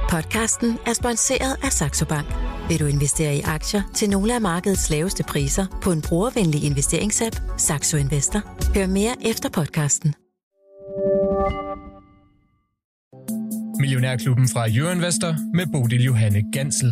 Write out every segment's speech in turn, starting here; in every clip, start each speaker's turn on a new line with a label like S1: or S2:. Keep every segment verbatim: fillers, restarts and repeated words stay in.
S1: Podcasten er sponsoreret af Saxo Bank. Vil du investere i aktier til nogle af markedets laveste priser på en brugervenlig investeringsapp, Saxo Investor? Hør mere efter podcasten.
S2: Millionærklubben fra Euroinvestor med Bodil Johanne Gansel.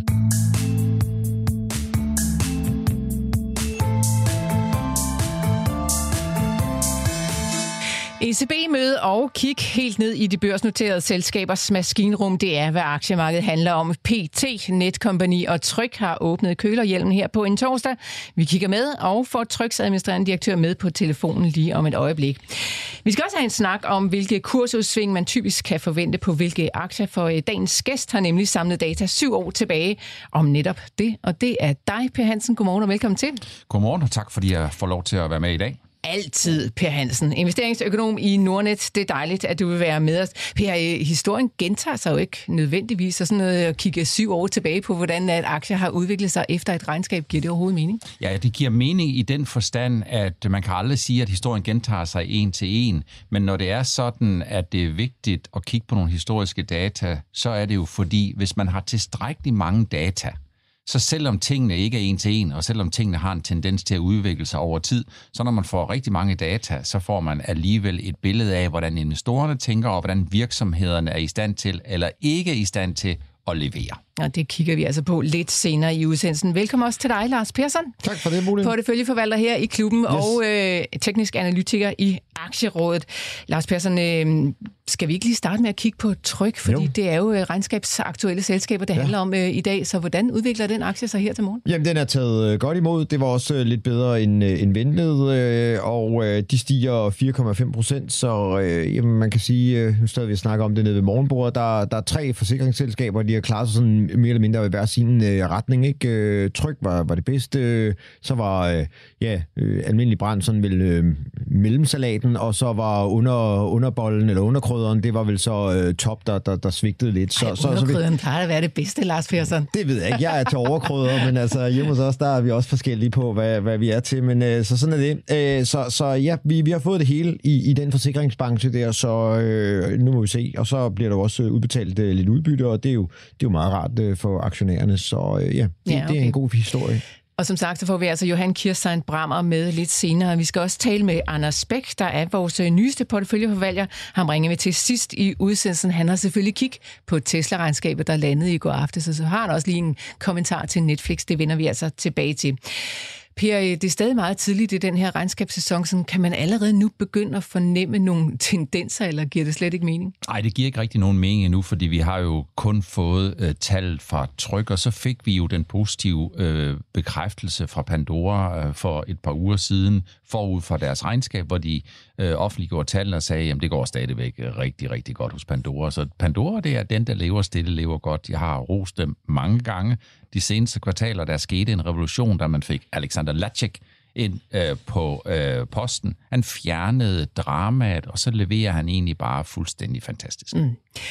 S3: E C B-møde og kig helt ned i de børsnoterede selskabers maskinrum. Det er, hvad aktiemarkedet handler om. P T, Netcompany og Tryg har åbnet kølerhjelmen her på en torsdag. Vi kigger med og får Trygs administrerende direktør med på telefonen lige om et øjeblik. Vi skal også have en snak om, hvilke kursudsving man typisk kan forvente på hvilke aktier, for dagens gæst har nemlig samlet data syv år tilbage om netop det. Og det er dig, Per Hansen. Godmorgen og velkommen til.
S4: Godmorgen, og tak fordi jeg får lov til at være med i dag.
S3: Altid, Per Hansen. Investeringsøkonom i Nordnet. Det er dejligt, at du vil være med os. Per, historien gentager sig jo ikke nødvendigvis, og sådan noget at kigge syv år tilbage på, hvordan at aktier har udviklet sig efter et regnskab. Giver det overhovedet mening?
S4: Ja, det giver mening i den forstand, at man kan aldrig sige, at historien gentager sig en til en. Men når det er sådan, at det er vigtigt at kigge på nogle historiske data, så er det jo fordi, hvis man har tilstrækkeligt mange data, så selvom tingene ikke er en til en, og selvom tingene har en tendens til at udvikle sig over tid, så når man får rigtig mange data, så får man alligevel et billede af, hvordan investorerne tænker, og hvordan virksomhederne er i stand til, eller ikke i stand til at levere.
S3: Og det kigger vi altså på lidt senere i udsendelsen. Velkommen også til dig, Lars Persson.
S5: Tak for det, Bodil.
S3: Porteføljeforvalter her i klubben, yes. og øh, teknisk analytiker i Aktierådet. Lars Persson, øh, skal vi ikke lige starte med at kigge på Tryg, fordi jo. det er jo regnskabsaktuelle selskaber, det ja. handler om øh, i dag. Så hvordan udvikler den aktie sig her til morgen?
S5: Jamen, den er taget øh, godt imod. Det var også øh, lidt bedre end, øh, end ventet, øh, og øh, de stiger fire komma fem procent, så øh, jamen, man kan sige, øh, nu stadig vi snakker om det nede ved morgenbordet, der, der er tre forsikringsselskaber, de har klaret sig sådan mere eller mindre i hver sin øh, retning, ikke? Øh, Tryg var, var det bedste, øh, så var øh, ja, øh, almindelig brand sådan vel øh, mellemsalaten, og så var under, underbollen eller underkrydderen, det var vel så øh, top, der, der, der svigtede lidt. Så,
S3: Ej,
S5: så,
S3: underkrydderen
S5: så,
S3: plejer at være det bedste, Lars Persson.
S5: Det ved jeg ikke. Jeg er til overkrydder, men altså hjemme hos os, der er vi også forskellige på, hvad, hvad vi er til, men øh, så sådan er det. Øh, så, så ja, vi, vi har fået det hele i, i den forsikringsbranche der, så øh, nu må vi se, og så bliver der også udbetalt øh, lidt udbytte, og det er jo, det er jo meget rart øh, for aktionærerne, så øh, ja, det, ja okay. det er en god historie.
S3: Og som sagt, så får vi altså Johan Kirstein Brammer med lidt senere. Vi skal også tale med Anders Bæk, der er vores nyeste porteføljeforvalter. Han ringer med til sidst i udsendelsen. Han har selvfølgelig kig på Tesla-regnskabet, der landede i går aftes, og så har han også lige en kommentar til Netflix. Det vender vi altså tilbage til. Per, det er stadig meget tidligt i den her regnskabssæson. Så kan man allerede nu begynde at fornemme nogle tendenser, eller giver det slet ikke mening?
S4: Nej, det giver ikke rigtig nogen mening endnu, fordi vi har jo kun fået øh, tal fra Tryg, og så fik vi jo den positive øh, bekræftelse fra Pandora øh, for et par uger siden, forud for deres regnskab, hvor de øh, offentliggjorde tallene og sagde, at det går stadigvæk rigtig, rigtig godt hos Pandora. Så Pandora, det er den, der lever stille, lever godt. Jeg har rost dem mange gange. De seneste kvartaler, der skete en revolution, da man fik Alexander Lacik ind øh, på øh, posten. Han fjernede dramaet, og så leverer han egentlig bare fuldstændig fantastisk. Mm.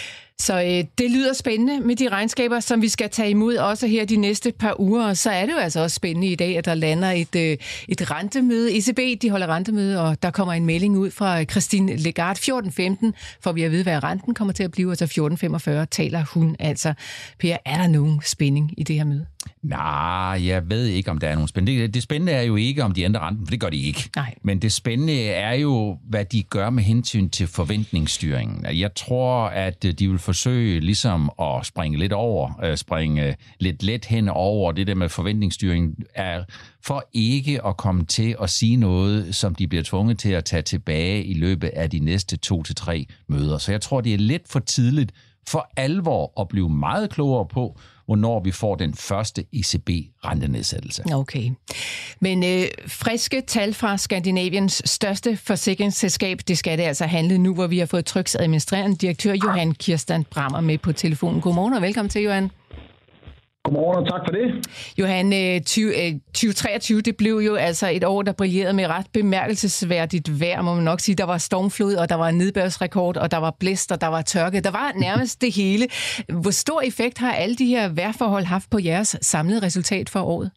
S3: Så øh, det lyder spændende med de regnskaber, som vi skal tage imod også her de næste par uger. Og så er det jo altså også spændende i dag, at der lander et, øh, et rentemøde. E C B, de holder rentemøde, og der kommer en melding ud fra Christine Lagarde fjorten femten, for vi at vide, hvad renten kommer til at blive. Altså fjorten femogfyrre taler hun altså. Per, er der nogen spænding i det her møde?
S4: Nej, jeg ved ikke, om der er nogen spændende. Det spændende er jo ikke, om de ændrer renten, for det gør de ikke.
S3: Nej.
S4: Men det spændende er jo, hvad de gør med hensyn til forventningsstyringen. Jeg tror, at de vil forsøge ligesom at springe lidt over, springe lidt let hen over det der med forventningsstyring, er for ikke at komme til at sige noget, som de bliver tvunget til at tage tilbage i løbet af de næste to til tre møder. Så jeg tror, det er lidt for tidligt for alvor at blive meget klogere på, hvornår vi får den første E C B-rentenedsættelse.
S3: Okay. Men øh, friske tal fra Skandinaviens største forsikringsselskab, det skal det altså handle nu, hvor vi har fået Trygs administrerende direktør Johan Kirstein Brammer med på telefonen. Godmorgen og velkommen til, Johan.
S6: Godmorgen og tak for det.
S3: Johan, tyve treogtyve, det blev jo altså et år, der brillerede med ret bemærkelsesværdigt vejr, må man nok sige. Der var stormflod, og der var nedbørsrekord, og der var blæst, og der var tørke. Der var nærmest det hele. Hvor stor effekt har alle de her vejrforhold haft på jeres samlede resultat for året?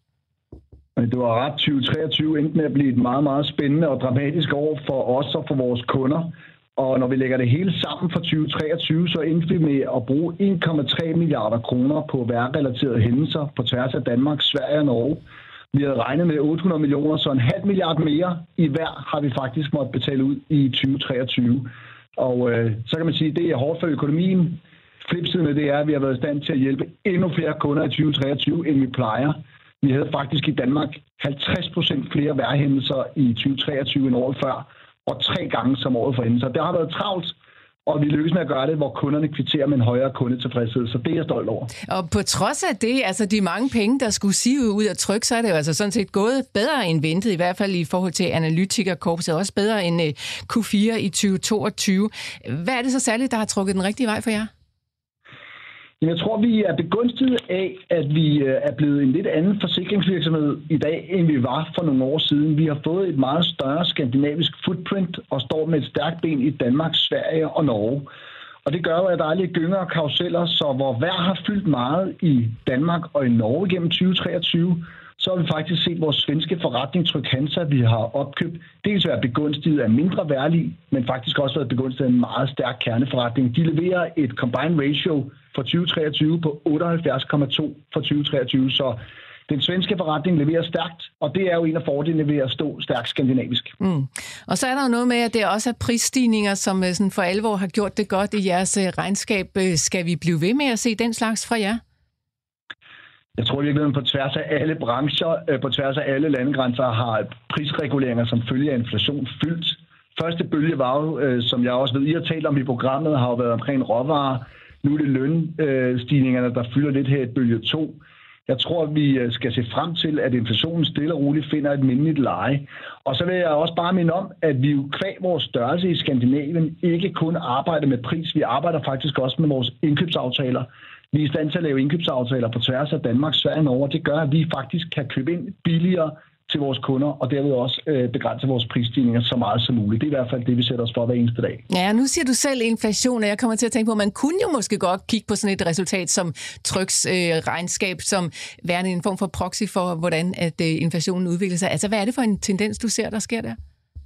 S6: Det var ret. tyve treogtyve endte med at blive et meget, meget spændende og dramatisk år for os og for vores kunder. Og når vi lægger det hele sammen for tyve treogtyve, så endte vi med at bruge en komma tre milliarder kroner på vejrrelaterede hændelser på tværs af Danmark, Sverige og Norge. Vi havde regnet med otte hundrede millioner, så en halv milliard mere i hver har vi faktisk måttet betale ud i tyve treogtyve. Og øh, så kan man sige, at det er hårdt for økonomien. Flipsiden af det er, at vi har været i stand til at hjælpe endnu flere kunder i tyve treogtyve, end vi plejer. Vi havde faktisk i Danmark halvtreds procent flere vejrhændelser i tyve treogtyve end året før, og tre gange som året for hændelser. Det har været travlt, og vi lykkes med at gøre det, hvor kunderne kvitterer med en højere kundetilfredshed, så det er jeg stolt over. Og
S3: på trods af det, altså de mange penge, der skulle sive ud af tryk, så er det jo altså sådan set gået bedre end ventet, i hvert fald i forhold til analytikerkorpset, også bedre end Q fire i tyve toogtyve. Hvad er det så særligt, der har trukket den rigtige vej for jer?
S6: Jeg tror, vi er begunstiget af, at vi er blevet en lidt anden forsikringsvirksomhed i dag, end vi var for nogle år siden. Vi har fået et meget større skandinavisk footprint og står med et stærkt ben i Danmark, Sverige og Norge. Og det gør jo, at der er lidt gynger og karuseller, så hvor vejr har fyldt meget i Danmark og i Norge gennem tyve treogtyve, så har vi faktisk set vores svenske forretning Trygg-Hansa, vi har opkøbt, dels været begunstiget af mindre værlig, men faktisk også været begunstiget af en meget stærk kerneforretning. De leverer et combined ratio for tyve treogtyve på otteoghalvfjerds komma to for tyve treogtyve, så den svenske forretning leverer stærkt, og det er jo en af fordelene ved at stå stærkt skandinavisk.
S3: Mm. Og så er der jo noget med, at det også er prisstigninger, som sådan for alvor har gjort det godt i jeres regnskab. Skal vi blive ved med at se den slags fra jer?
S6: Jeg tror virkelig, på tværs af alle brancher, på tværs af alle landegrænser, har prisreguleringer som følge af inflation fyldt. Første bølge var jo, som jeg også ved, I har talt om i programmet, har jo været omkring råvarer. Nu er det lønstigningerne, der fylder lidt her i bølge to. Jeg tror, at vi skal se frem til, at inflationen stille og roligt finder et mindeligt leje. Og så vil jeg også bare minde om, at vi jo kvæg vores størrelse i Skandinavien ikke kun arbejder med pris. Vi arbejder faktisk også med vores indkøbsaftaler. Vi er i stand til at lave indkøbsaftaler på tværs af Danmark, Sverige og Norge. Det gør, at vi faktisk kan købe ind billigere til vores kunder, og derved også øh, begrænse vores prisstigninger så meget som muligt. Det er i hvert fald det, vi sætter os for hver eneste dag.
S3: Ja, nu siger du selv inflation, og jeg kommer til at tænke på, at man kunne jo måske godt kigge på sådan et resultat som Trygs øh, regnskab, som værende en form for proxy for, hvordan at øh, inflationen udvikler sig. Altså, hvad er det for en tendens, du ser, der sker der?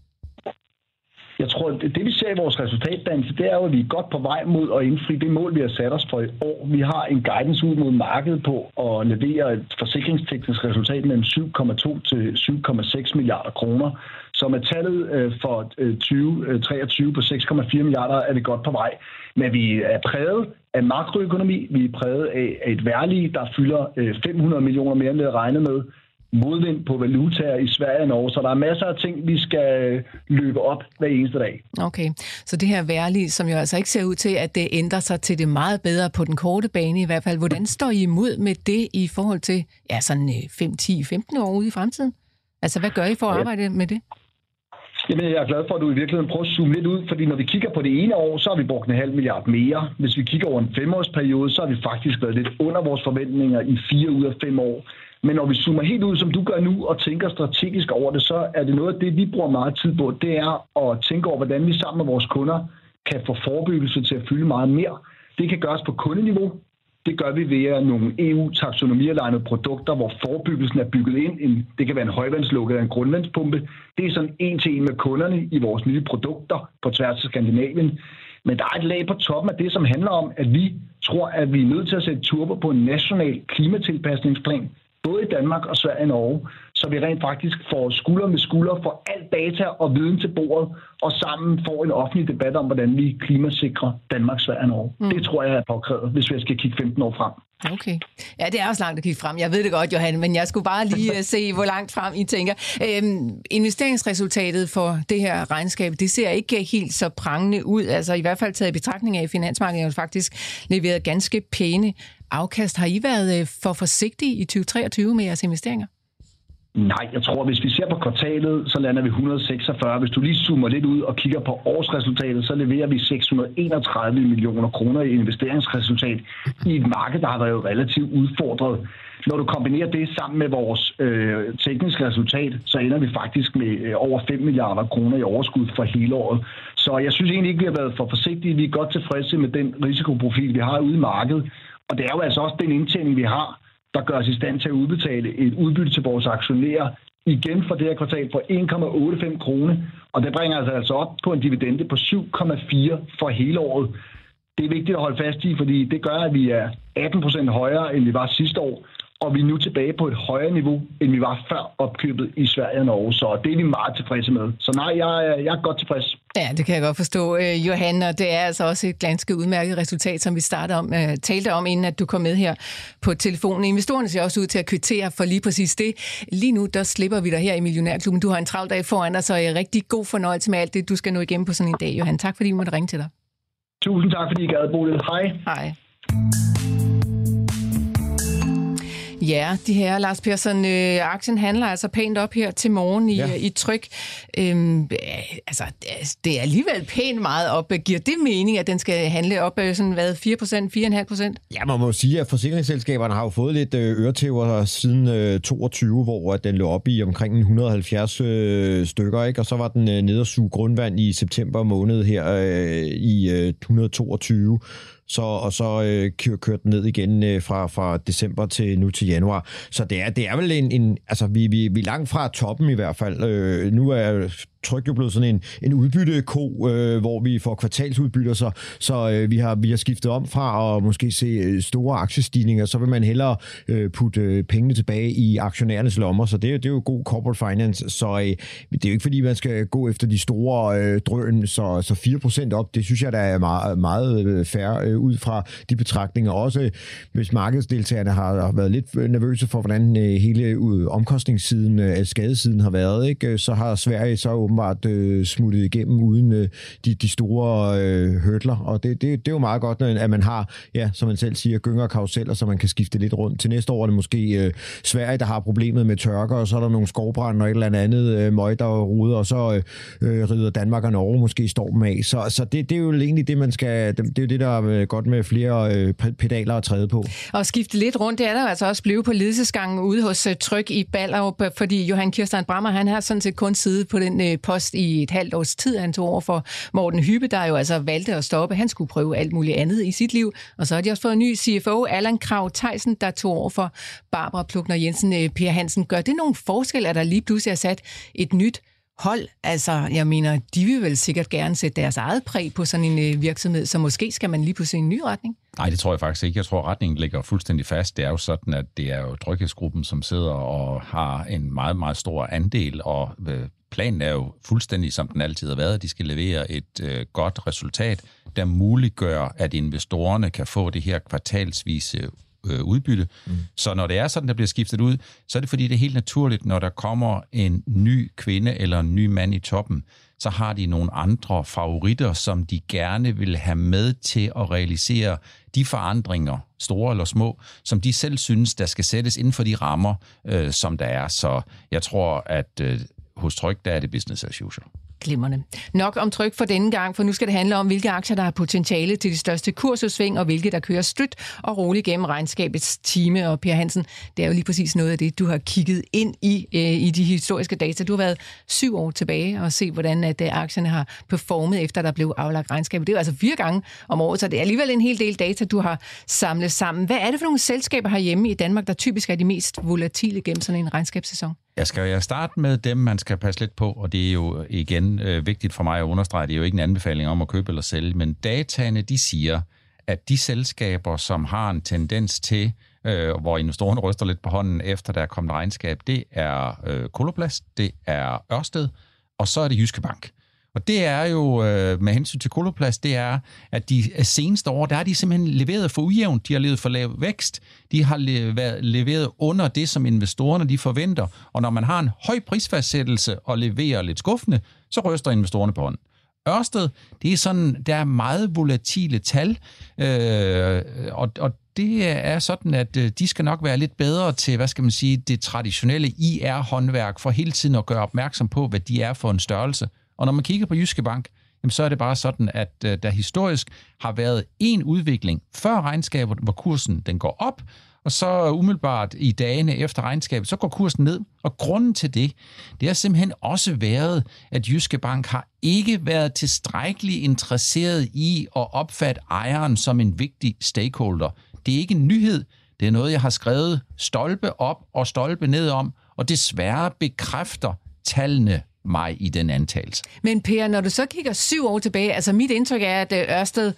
S6: Jeg tror, det vi ser i vores resultatdannelse, det er jo, at vi er godt på vej mod at indfri det mål, vi har sat os for et år. Vi har en guidance ud mod markedet på at levere et forsikringsteknisk resultat mellem syv komma to til syv komma seks milliarder kroner. Så med tallet for tyve treogtyve på seks komma fire milliarder er vi godt på vej. Men vi er præget af makroøkonomi, vi er præget af et vejrlig, der fylder fem hundrede millioner mere, end vi havde regnet med. Modvind på valutaer i Sverige og Norge, så der er masser af ting, vi skal løbe op hver eneste dag.
S3: Okay, så det her vejrlig, som jo altså ikke ser ud til, at det ændrer sig til det meget bedre på den korte bane i hvert fald. Hvordan står I imod med det i forhold til ja, sådan fem, ti, femten år ude i fremtiden? Altså, hvad gør I for at arbejde med det?
S6: Jamen, jeg er glad for, at du i virkeligheden prøver at zoome lidt ud, fordi når vi kigger på det ene år, så har vi brugt en halv milliard mere. Hvis vi kigger over en femårsperiode, så har vi faktisk været lidt under vores forventninger i fire ud af fem år. Men når vi zoomer helt ud, som du gør nu, og tænker strategisk over det, så er det noget af det, vi bruger meget tid på, det er at tænke over, hvordan vi sammen med vores kunder kan få forebyggelse til at fylde meget mere. Det kan gøres på kundeniveau. Det gør vi ved nogle E U-taksonomialignede produkter, hvor forebyggelsen er bygget ind. Det kan være en højvandslukke eller en grundvandspumpe. Det er sådan en til en med kunderne i vores nye produkter på tværs af Skandinavien. Men der er et lag på toppen af det, som handler om, at vi tror, at vi er nødt til at sætte turbo på en national klimatilpasningsplan, både i Danmark og Sverige og Norge, så vi rent faktisk får skulder med skulder, får alt data og viden til bordet, og sammen får en offentlig debat om, hvordan vi klimasikrer Danmark, Sverige og Norge. Mm. Det tror jeg er påkrævet, hvis vi skal kigge femten år frem.
S3: Okay. Ja, det er også langt at kigge frem. Jeg ved det godt, Johan, men jeg skulle bare lige se, hvor langt frem I tænker. Øhm, investeringsresultatet for det her regnskab, det ser ikke helt så prangende ud. Altså i hvert fald taget i betragtning af, at finansmarkedet har faktisk leveret ganske pæne afkast. Har I været for forsigtige i tyve treogtyve med jeres investeringer?
S6: Nej, jeg tror, hvis vi ser på kvartalet, så lander vi et hundrede og seksogfyrre. Hvis du lige zoomer lidt ud og kigger på årsresultatet, så leverer vi seks hundrede og enogtredive millioner kroner i investeringsresultat i et marked, der har været relativt udfordret. Når du kombinerer det sammen med vores øh, tekniske resultat, så ender vi faktisk med øh, over fem milliarder kroner i overskud for hele året. Så jeg synes egentlig ikke, vi har været for forsigtige. Vi er godt tilfredse med den risikoprofil, vi har ude i markedet. Og det er jo altså også den indtjening, vi har, der gør os i stand til at udbetale et udbytte til vores aktionærer igen for det her kvartal for en komma otteoghalvfems kroner, og det bringer altså, altså op på en dividende på syv komma fire for hele året. Det er vigtigt at holde fast i, fordi det gør, at vi er atten procent højere, end vi var sidste år, og vi er nu tilbage på et højere niveau, end vi var før opkøbet i Sverige og Norge. Så det er vi meget tilfredse med. Så nej, jeg er, jeg er godt tilfreds.
S3: Ja, det kan jeg godt forstå, øh, Johan, og det er altså også et ganske udmærket resultat, som vi startede om, øh, talte om, inden at du kom med her på telefonen. Investorerne ser også ud til at kvittere for lige præcis det. Lige nu, der slipper vi dig her i Millionærklubben. Du har en travl dag foran dig, så er rigtig god fornøjelse med alt det, du skal nå igennem på sådan en dag, Johan. Tak fordi vi måtte ringe til dig.
S6: Tusind tak, fordi I gad, Bodil. Hej.
S3: Hej. Ja, de her, Lars Persson, øh, aktien handler altså pænt op her til morgen i, ja. i tryk. Øhm, altså, det er alligevel pænt meget op. Giver det mening, at den skal handle op sådan, hvad, fire procent, fire komma fem procent?
S5: Ja, man må sige, at forsikringsselskaberne har jo fået lidt øretæver siden øh, toogtyve, hvor den lå op i omkring et hundrede og halvfjerds øh, stykker, ikke? Og så var den øh, nede og suge grundvand i september måned her øh, i øh, et hundrede og toogtyve. Så, og så øh, kørte den ned igen øh, fra, fra december til nu til januar. Så det er, det er vel en... en altså, vi, vi, vi er langt fra toppen i hvert fald. Øh, nu er Tryg jo blevet sådan en, en udbytteko, øh, hvor vi får kvartalsudbytter, så, så øh, vi, har, vi har skiftet om fra at måske se store aktiestigninger, så vil man hellere øh, putte øh, pengene tilbage i aktionærernes lommer, så det, det er jo god corporate finance, så øh, det er jo ikke fordi, man skal gå efter de store øh, drøn, så, så fire procent op, det synes jeg, der er meget, meget fair øh, ud fra de betragtninger. Også hvis markedsdeltagerne har været lidt nervøse for, hvordan øh, hele øh, omkostningssiden, øh, skadesiden har været, ikke? Så har Sverige så åbenbart øh, smuttet igennem uden øh, de, de store øh, hurdler, og det, det, det er jo meget godt, at man har, ja, som man selv siger, gynger og karuseller, så man kan skifte lidt rundt. Til næste år er det måske øh, Sverige, der har problemet med tørker, og så er der nogle skovbrand og et eller andet øh, møg, der ruder, og så øh, rider Danmark og Norge måske stormen af. Så, så det, det er jo egentlig det, man skal, det, det er jo det, der er godt med flere øh, pedaler at træde på. Og
S3: skifte lidt rundt, det er der altså også blevet på ledelsesgangen ude hos uh, Tryg i Ballerup, fordi Johan Kirstein Brammer, han har sådan set kun siddet på den uh, post i et halvt års tid, han tog over for Morten Hyppe, der jo altså valgte at stoppe. Han skulle prøve alt muligt andet i sit liv, og så har de også fået en ny C F O, Allan Krag Thijssen, der tog over for Barbara Plugner Jensen. uh, Per Hansen, gør det nogen forskel, at der lige pludselig er sat et nyt hold? Altså, jeg mener, de vil vel sikkert gerne sætte deres eget præg på sådan en øh, virksomhed, så måske skal man lige pludselig en ny retning?
S4: Nej, det tror jeg faktisk ikke. Jeg tror, retningen ligger fuldstændig fast. Det er jo sådan, at det er jo Tryghedsgruppen, som sidder og har en meget, meget stor andel, og øh, planen er jo fuldstændig, som den altid har været, at de skal levere et øh, godt resultat, der muliggør, at investorerne kan få det her kvartalsvise udbytte. Mm. Så når det er sådan, der bliver skiftet ud, så er det fordi, det er helt naturligt, når der kommer en ny kvinde eller en ny mand i toppen, så har de nogle andre favoritter, som de gerne vil have med til at realisere de forandringer, store eller små, som de selv synes, der skal sættes inden for de rammer, øh, som der er. Så jeg tror, at øh, hos Tryg, der er det business as usual.
S3: Glimrende. Nok om Tryg for denne gang, for nu skal det handle om, hvilke aktier, der har potentiale til de største kursudsving, og hvilke, der kører stødt og roligt gennem regnskabets time. Og Per Hansen, det er jo lige præcis noget af det, du har kigget ind i, øh, i de historiske data. Du har været syv år tilbage og se, hvordan at, øh, aktierne har performet, efter der blev aflagt regnskab. Det er jo altså fire gange om året, så det er alligevel en hel del data, du har samlet sammen. Hvad er det for nogle selskaber herhjemme i Danmark, der typisk er de mest volatile gennem sådan en regnskabssæson?
S4: Jeg skal jeg starte med dem, man skal passe lidt på, og det er jo igen øh, vigtigt for mig at understrege, det er jo ikke en anbefaling om at købe eller sælge, men dataene, de siger, at de selskaber, som har en tendens til, øh, hvor investorerne ryster lidt på hånden efter der er kommet regnskab, det er øh, Coloplast, det er Ørsted, og så er det Jyske Bank. Og det er jo, øh, med hensyn til Coloplast, det er, at de seneste år, der er de simpelthen leveret for ujævnt. De har levet for lav vækst. De har leveret under det, som investorerne de forventer. Og når man har en høj prisfastsættelse og leverer lidt skuffende, så ryster investorerne på hånden. Ørsted, det er sådan, der er meget volatile tal, øh, og, og det er sådan, at de skal nok være lidt bedre til, hvad skal man sige, det traditionelle I R-håndværk, for hele tiden at gøre opmærksom på, hvad de er for en størrelse. Og når man kigger på Jyske Bank, så er det bare sådan, at der historisk har været en udvikling før regnskabet, hvor kursen den går op, og så umiddelbart i dagene efter regnskabet, så går kursen ned. Og grunden til det, det har simpelthen også været, at Jyske Bank har ikke været tilstrækkeligt interesseret i at opfatte ejeren som en vigtig stakeholder. Det er ikke en nyhed. Det er noget, jeg har skrevet stolpe op og stolpe ned om, Og desværre bekræfter tallene mig i den antagelse.
S3: Men Per, når du så kigger syv år tilbage, altså mit indtryk er, at Ørsted,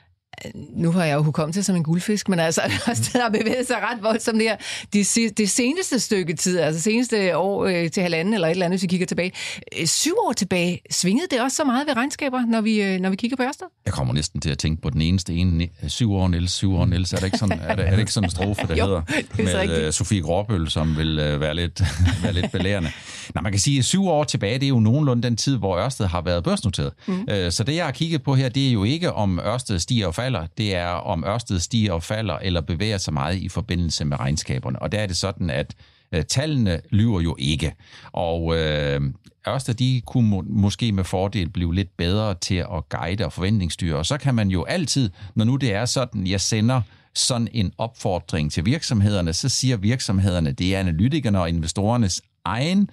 S3: nu har jeg jo kommet til som en guldfisk, men altså Ørsted har bevæget sig ret voldsomt der det, det seneste stykke tid, altså seneste år øh, til halvanden eller et eller andet, hvis vi kigger tilbage. Syv år tilbage, svingede det også så meget ved regnskaber, når vi, øh, når vi kigger på Ørsted?
S4: Jeg kommer næsten til at tænke på den eneste ene, syv år Niels, syv år Niels, er det ikke sådan, er det, er det ikke sådan en strofe, der jo, hedder, med uh, Sofie Gråbøl, som vil uh, være, lidt, være lidt belærende. Nå, man kan sige, at syv år tilbage, det er jo nogenlunde den tid, hvor Ørsted har været børsnoteret. Mm. Uh, så det, jeg har kigget på her, det er jo ikke, om Ørsted stiger og falder, det er, om Ørsted stiger og falder, eller bevæger sig meget i forbindelse med regnskaberne. Og der er det sådan, at uh, tallene lyver jo ikke. Og uh, Ørsted, de kunne må, måske med fordel blive lidt bedre til at guide og forventningsstyre. Og så kan man jo altid, når nu det er sådan, jeg sender sådan en opfordring til virksomhederne, så siger virksomhederne, det er analytikerne og investorernes egen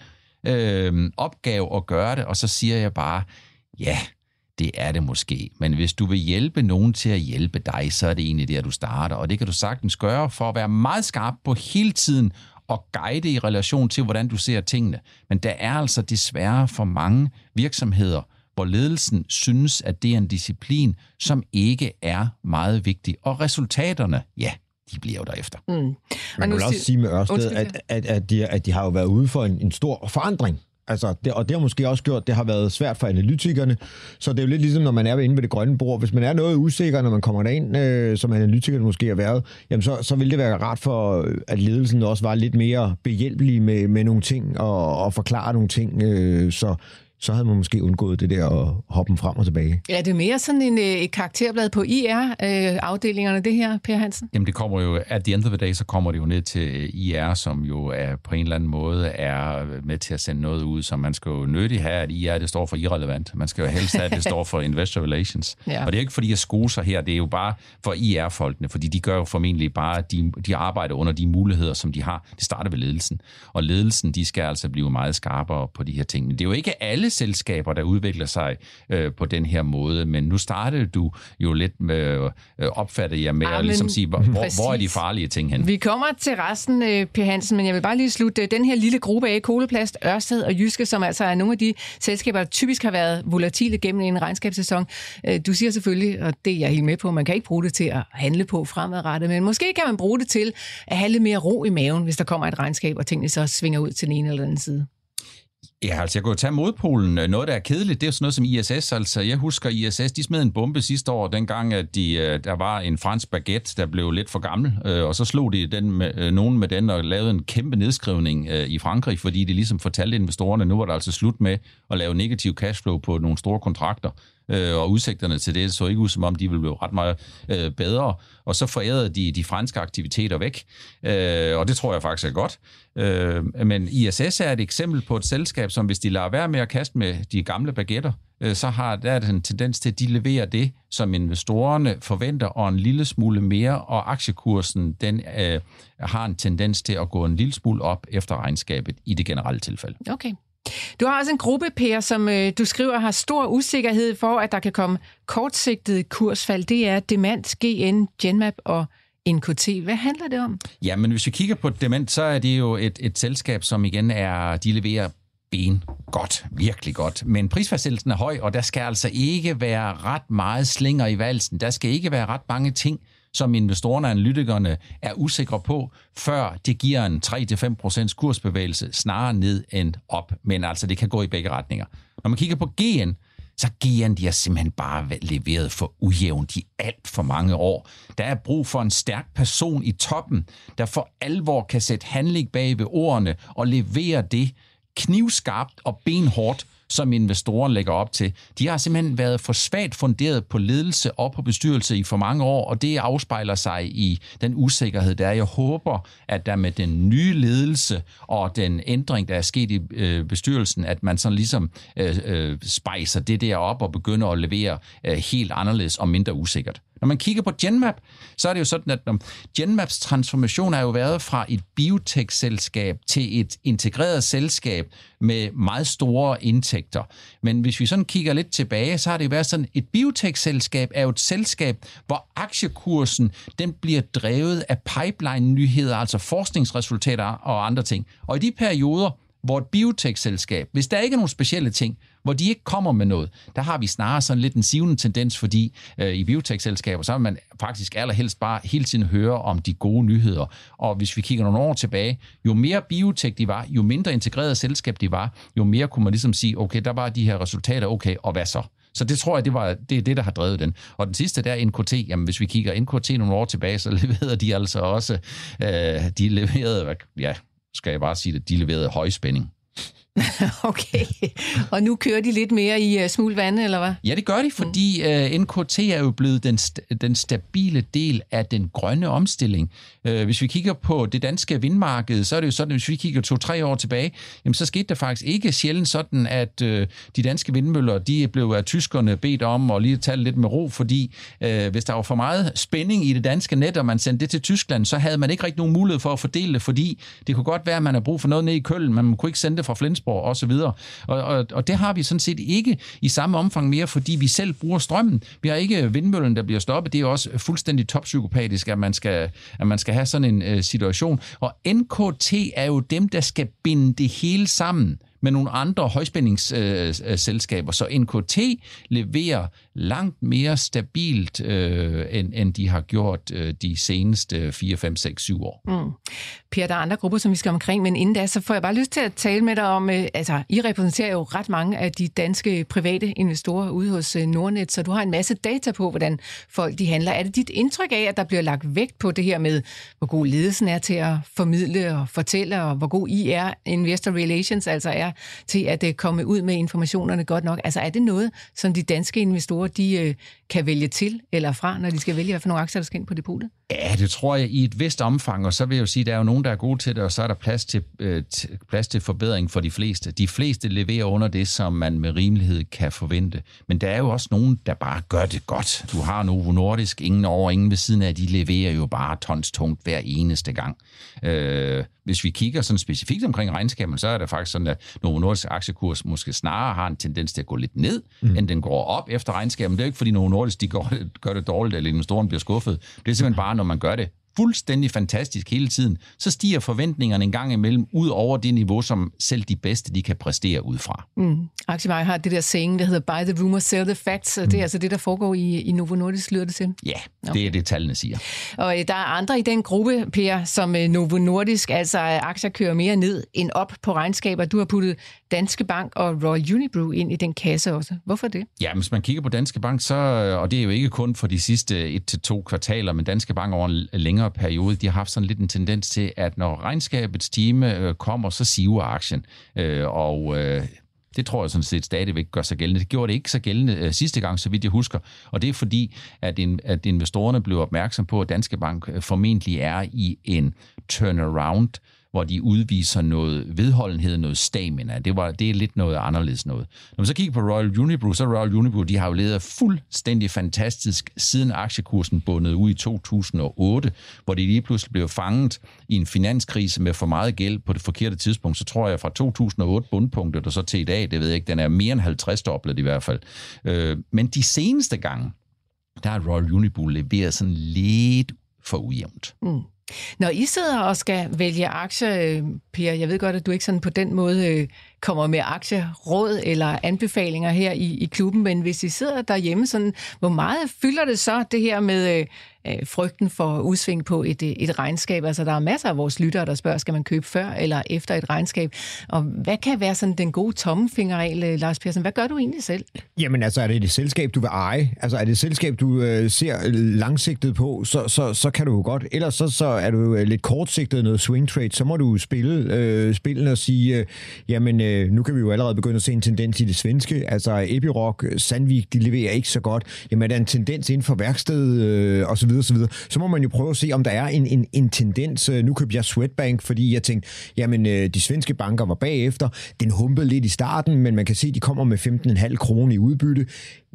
S4: øh, opgave at gøre det, og så siger jeg bare, ja, det er det måske. Men hvis du vil hjælpe nogen til at hjælpe dig, så er det egentlig der, du starter. Og det kan du sagtens gøre for at være meget skarp på hele tiden og guide i relation til, hvordan du ser tingene. Men der er altså desværre for mange virksomheder, hvor ledelsen synes, at det er en disciplin, som ikke er meget vigtig. Og resultaterne, ja, de bliver jo derefter. Mm.
S5: Man kan vel også sige med Ørsted, at, at, at, de, at de har jo været ude for en, en stor forandring. Altså, det, og det har måske også gjort, det har været svært for analytikerne, så det er jo lidt ligesom, når man er inde ved det grønne bord. Hvis man er noget usikker, når man kommer derind, øh, som analytikerne måske har været, jamen så, så vil det være rart for, at ledelsen også var lidt mere behjælpelig med, med nogle ting og, og forklare nogle ting, øh, så så havde man måske undgået det der at hoppe frem og tilbage. Ja,
S3: det er mere sådan en, et karakterblad på I R-afdelingerne, det her, Per Hansen?
S4: Jamen det kommer jo, at the end of the day, så kommer det jo ned til I R, som jo er, på en eller anden måde er med til at sende noget ud, som man skal jo nødigt have, at I R, det står for irrelevant. Man skal jo helst have, at det står for Investor Relations. Ja. Og det er ikke fordi, jeg skoser her, det er jo bare for I R-folkene, fordi de gør jo formentlig bare, de, de arbejder under de muligheder, som de har. Det starter ved ledelsen. Og ledelsen, de skal altså blive meget skarpere på de her ting. Men det er jo ikke alle selskaber, der udvikler sig øh, på den her måde, men nu startede du jo lidt med øh, opfattet jeg med ja, at ligesom sige, hvor, hvor er de farlige ting hen?
S3: Vi kommer til resten, øh, Per Hansen, men jeg vil bare lige slutte den her lille gruppe af Koloplast, Ørsted og Jyske, som altså er nogle af de selskaber, der typisk har været volatile gennem en regnskabssæson. Øh, du siger selvfølgelig, og det er jeg helt med på, man kan ikke bruge det til at handle på fremadrettet, men måske kan man bruge det til at have lidt mere ro i maven, hvis der kommer et regnskab, og tingene så svinger ud til den ene eller den anden side.
S4: Ja, altså jeg kunne tage modpolen. Noget, der er kedeligt, det er jo sådan noget som I S S. Altså jeg husker I S S, de smed en bombe sidste år, dengang at de, der var en fransk baguette, der blev lidt for gammel, og så slog de den med, nogen med den og lavede en kæmpe nedskrivning i Frankrig, fordi de ligesom fortalte investorerne, nu var der altså slut med at lave negativ cashflow på nogle store kontrakter. Og udsigterne til det så ikke ud, som om de ville blive ret meget øh, bedre. Og så forærede de de franske aktiviteter væk. Øh, og det tror jeg faktisk er godt. Øh, men I S S er et eksempel på et selskab, som hvis de lader være med at kaste med de gamle baguetter, øh, så har der en tendens til, at de leverer det, som investorerne forventer, og en lille smule mere. Og aktiekursen, den øh, har en tendens til at gå en lille smule op efter regnskabet i det generelle tilfælde.
S3: Okay. Du har også en gruppe, Per, som øh, du skriver har stor usikkerhed for, at der kan komme kortsigtede kursfald. Det er Demant, G N, Genmab og N K T. Hvad handler det om?
S4: Ja, men hvis vi kigger på Demant, så er det jo et, et selskab, som igen er, de leverer ben godt, virkelig godt. Men prisfastsættelsen er høj, og der skal altså ikke være ret meget slinger i valsen. Der skal ikke være ret mange ting, som investorerne og analytikerne er usikre på, før det giver en tre til fem procent kursbevægelse, snarere ned end op. Men altså, det kan gå i begge retninger. Når man kigger på G N, så G N, de har simpelthen bare leveret for ujævnt i alt for mange år. Der er brug for en stærk person i toppen, der for alvor kan sætte handling bag ved ordene og levere det knivskarpt og benhårdt, som investoren lægger op til. De har simpelthen været for svagt funderet på ledelse og på bestyrelse i for mange år, og det afspejler sig i den usikkerhed, der er. Jeg håber, at der med den nye ledelse og den ændring, der er sket i øh, bestyrelsen, at man sådan ligesom øh, øh, spejser det der op og begynder at levere øh, helt anderledes og mindre usikkert. Når man kigger på Genmab, så er det jo sådan, at Genmabs transformation er jo været fra et biotech-selskab til et integreret selskab med meget store indtægter. Men hvis vi sådan kigger lidt tilbage, så har det jo været sådan, et biotech-selskab er jo et selskab, hvor aktiekursen, den bliver drevet af pipeline-nyheder, altså forskningsresultater og andre ting. Og i de perioder, hvor et biotech-selskab, hvis der ikke er nogle specielle ting, hvor de ikke kommer med noget, der har vi snarere sådan lidt en sivende tendens, fordi øh, i biotech-selskaber, så vil man faktisk allerhelst bare hele tiden høre om de gode nyheder. Og hvis vi kigger nogle år tilbage, jo mere biotech de var, jo mindre integreret selskab de var, jo mere kunne man ligesom sige, okay, der var de her resultater, okay, og hvad så? Så det tror jeg, det, var, det er det, der har drevet den. Og den sidste, der er N K T. Jamen, hvis vi kigger N K T nogle år tilbage, så leverede de altså også, øh, de leverede, ja, skal jeg bare sige det, de leverede højspænding.
S3: Okay, og nu kører de lidt mere i uh, smult vand, eller hvad?
S4: Ja, det gør de, fordi uh, N K T er jo blevet den, st- den stabile del af den grønne omstilling. Uh, hvis vi kigger på det danske vindmarked, så er det jo sådan, at hvis vi kigger to-tre år tilbage, jamen, så skete der faktisk ikke sjældent sådan, at uh, de danske vindmøller, de blev af tyskerne bedt om at lige tage lidt med ro, fordi uh, hvis der var for meget spænding i det danske net, og man sendte det til Tyskland, så havde man ikke rigtig nogen mulighed for at fordele det, fordi det kunne godt være, at man har brug for noget nede i Køln, men man kunne ikke sende det fra Flensborg og så videre. Og, og, og det har vi sådan set ikke i samme omfang mere, fordi vi selv bruger strømmen. Vi har ikke vindmøllen, der bliver stoppet. Det er også fuldstændig toppsykopatisk, at man skal, at man skal have sådan en uh, situation. Og N K T er jo dem, der skal binde det hele sammen med nogle andre højspændingsselskaber. Øh, så N K T leverer langt mere stabilt, øh, end, end de har gjort øh, de seneste fire, fem, seks, syv år. Mm.
S3: Per, der er andre grupper, som vi skal omkring, men inden da, så får jeg bare lyst til at tale med dig om, øh, altså, I repræsenterer jo ret mange af de danske private investorer ude hos øh, Nordnet, så du har en masse data på, hvordan folk de handler. Er det dit indtryk af, at der bliver lagt vægt på det her med, hvor god ledelsen er til at formidle og fortælle, og hvor god I er, investor relations, altså er til at uh, komme ud med informationerne godt nok? Altså er det noget, som de danske investorer, de uh, kan vælge til eller fra, når de skal vælge, hvad for nogle aktier, der skal ind på depotet?
S4: Ja, det tror jeg i et vist omfang, og så vil jeg jo sige, at der er jo nogen, der er gode til det, og så er der plads til, øh, plads til forbedring for de fleste. De fleste leverer under det, som man med rimelighed kan forvente. Men der er jo også nogen, der bare gør det godt. Du har Novo Nordisk, ingen over, ingen ved siden af, de leverer jo bare tons tungt hver eneste gang. Øh, hvis vi kigger sådan specifikt omkring regnskaberne, så er det faktisk sådan, at Novo Nordisk aktiekurs måske snarere har en tendens til at gå lidt ned, mm. end den går op efter regnskaberne. Det er jo ikke, fordi Novo Nordisk de går, gør det dårligt, eller investoren bliver skuffet. Det er simpelthen bare, når man gør det fuldstændig fantastisk hele tiden, så stiger forventningerne en gang imellem ud over det niveau, som selv de bedste, de kan præstere ud fra.
S3: Mm. Aktiemarkedet har det der saying, der hedder buy the rumor, sell the facts. Mm. Det er altså det, der foregår i, i Novo Nordisk, lyder det til?
S4: Ja, okay. Det er det, tallene siger.
S3: Og der er andre i den gruppe, Per, som Novo Nordisk, altså aktier kører mere ned end op på regnskaber. Du har puttet Danske Bank og Royal Unibrew ind i den kasse også. Hvorfor det?
S4: Ja, hvis man kigger på Danske Bank, så, og det er jo ikke kun for de sidste et til to kvartaler, men Danske Bank over en længere periode, de har haft sådan lidt en tendens til, at når regnskabets time øh, kommer, så siver aktien. Øh, og øh, det tror jeg sådan set stadigvæk gør sig gældende. Det gjorde det ikke så gældende øh, sidste gang, så vidt jeg husker. Og det er fordi, at, in, at investorerne blev opmærksom på, at Danske Bank øh, formentlig er i en turnaround, hvor de udviser noget vedholdenhed, noget stamina. Det, var, det er lidt noget anderledes noget. Når man så kigger på Royal Unibrew, så Royal Unibrew, de har jo ledet fuldstændig fantastisk, siden aktiekursen bundet ud i to tusind og otte, hvor de lige pludselig blev fanget i en finanskrise med for meget gæld på det forkerte tidspunkt. Så tror jeg fra to tusind og otte bundpunktet og så til i dag, det ved jeg ikke, den er mere end halvtreds doblet i hvert fald. Men de seneste gange, der har Royal Unibrew leveret sådan lidt for ujævnt. Mm.
S3: Når I sidder og skal vælge aktier, Per, jeg ved godt, at du ikke sådan på den måde øh, kommer med aktieråd eller anbefalinger her i, i klubben, men hvis I sidder derhjemme, sådan, hvor meget fylder det så, det her med øh, frygten for udsving på et, et regnskab? Altså, der er masser af vores lyttere, der spørger, skal man købe før eller efter et regnskab? Og hvad kan være sådan den gode tommelfingerregel, Lars Persson? Hvad gør du egentlig selv?
S5: Jamen altså, er det et selskab, du vil eje? Altså, er det et selskab, du øh, ser langsigtet på, så, så, så kan du jo godt. Ellers så, så er du lidt kortsigtet noget swing trade, så må du spille øh, spillene og sige, øh, jamen øh, nu kan vi jo allerede begynde at se en tendens i det svenske. Altså Epiroc, Sandvik, de leverer ikke så godt. Jamen er der en tendens inden for værksted øh, og så videre, så videre. Så må man jo prøve at se, om der er en, en, en tendens. Nu købte jeg Swedbank, fordi jeg tænkte, jamen øh, de svenske banker var bagefter. Den humpede lidt i starten, men man kan se, at de kommer med femten komma fem kroner i udbytte.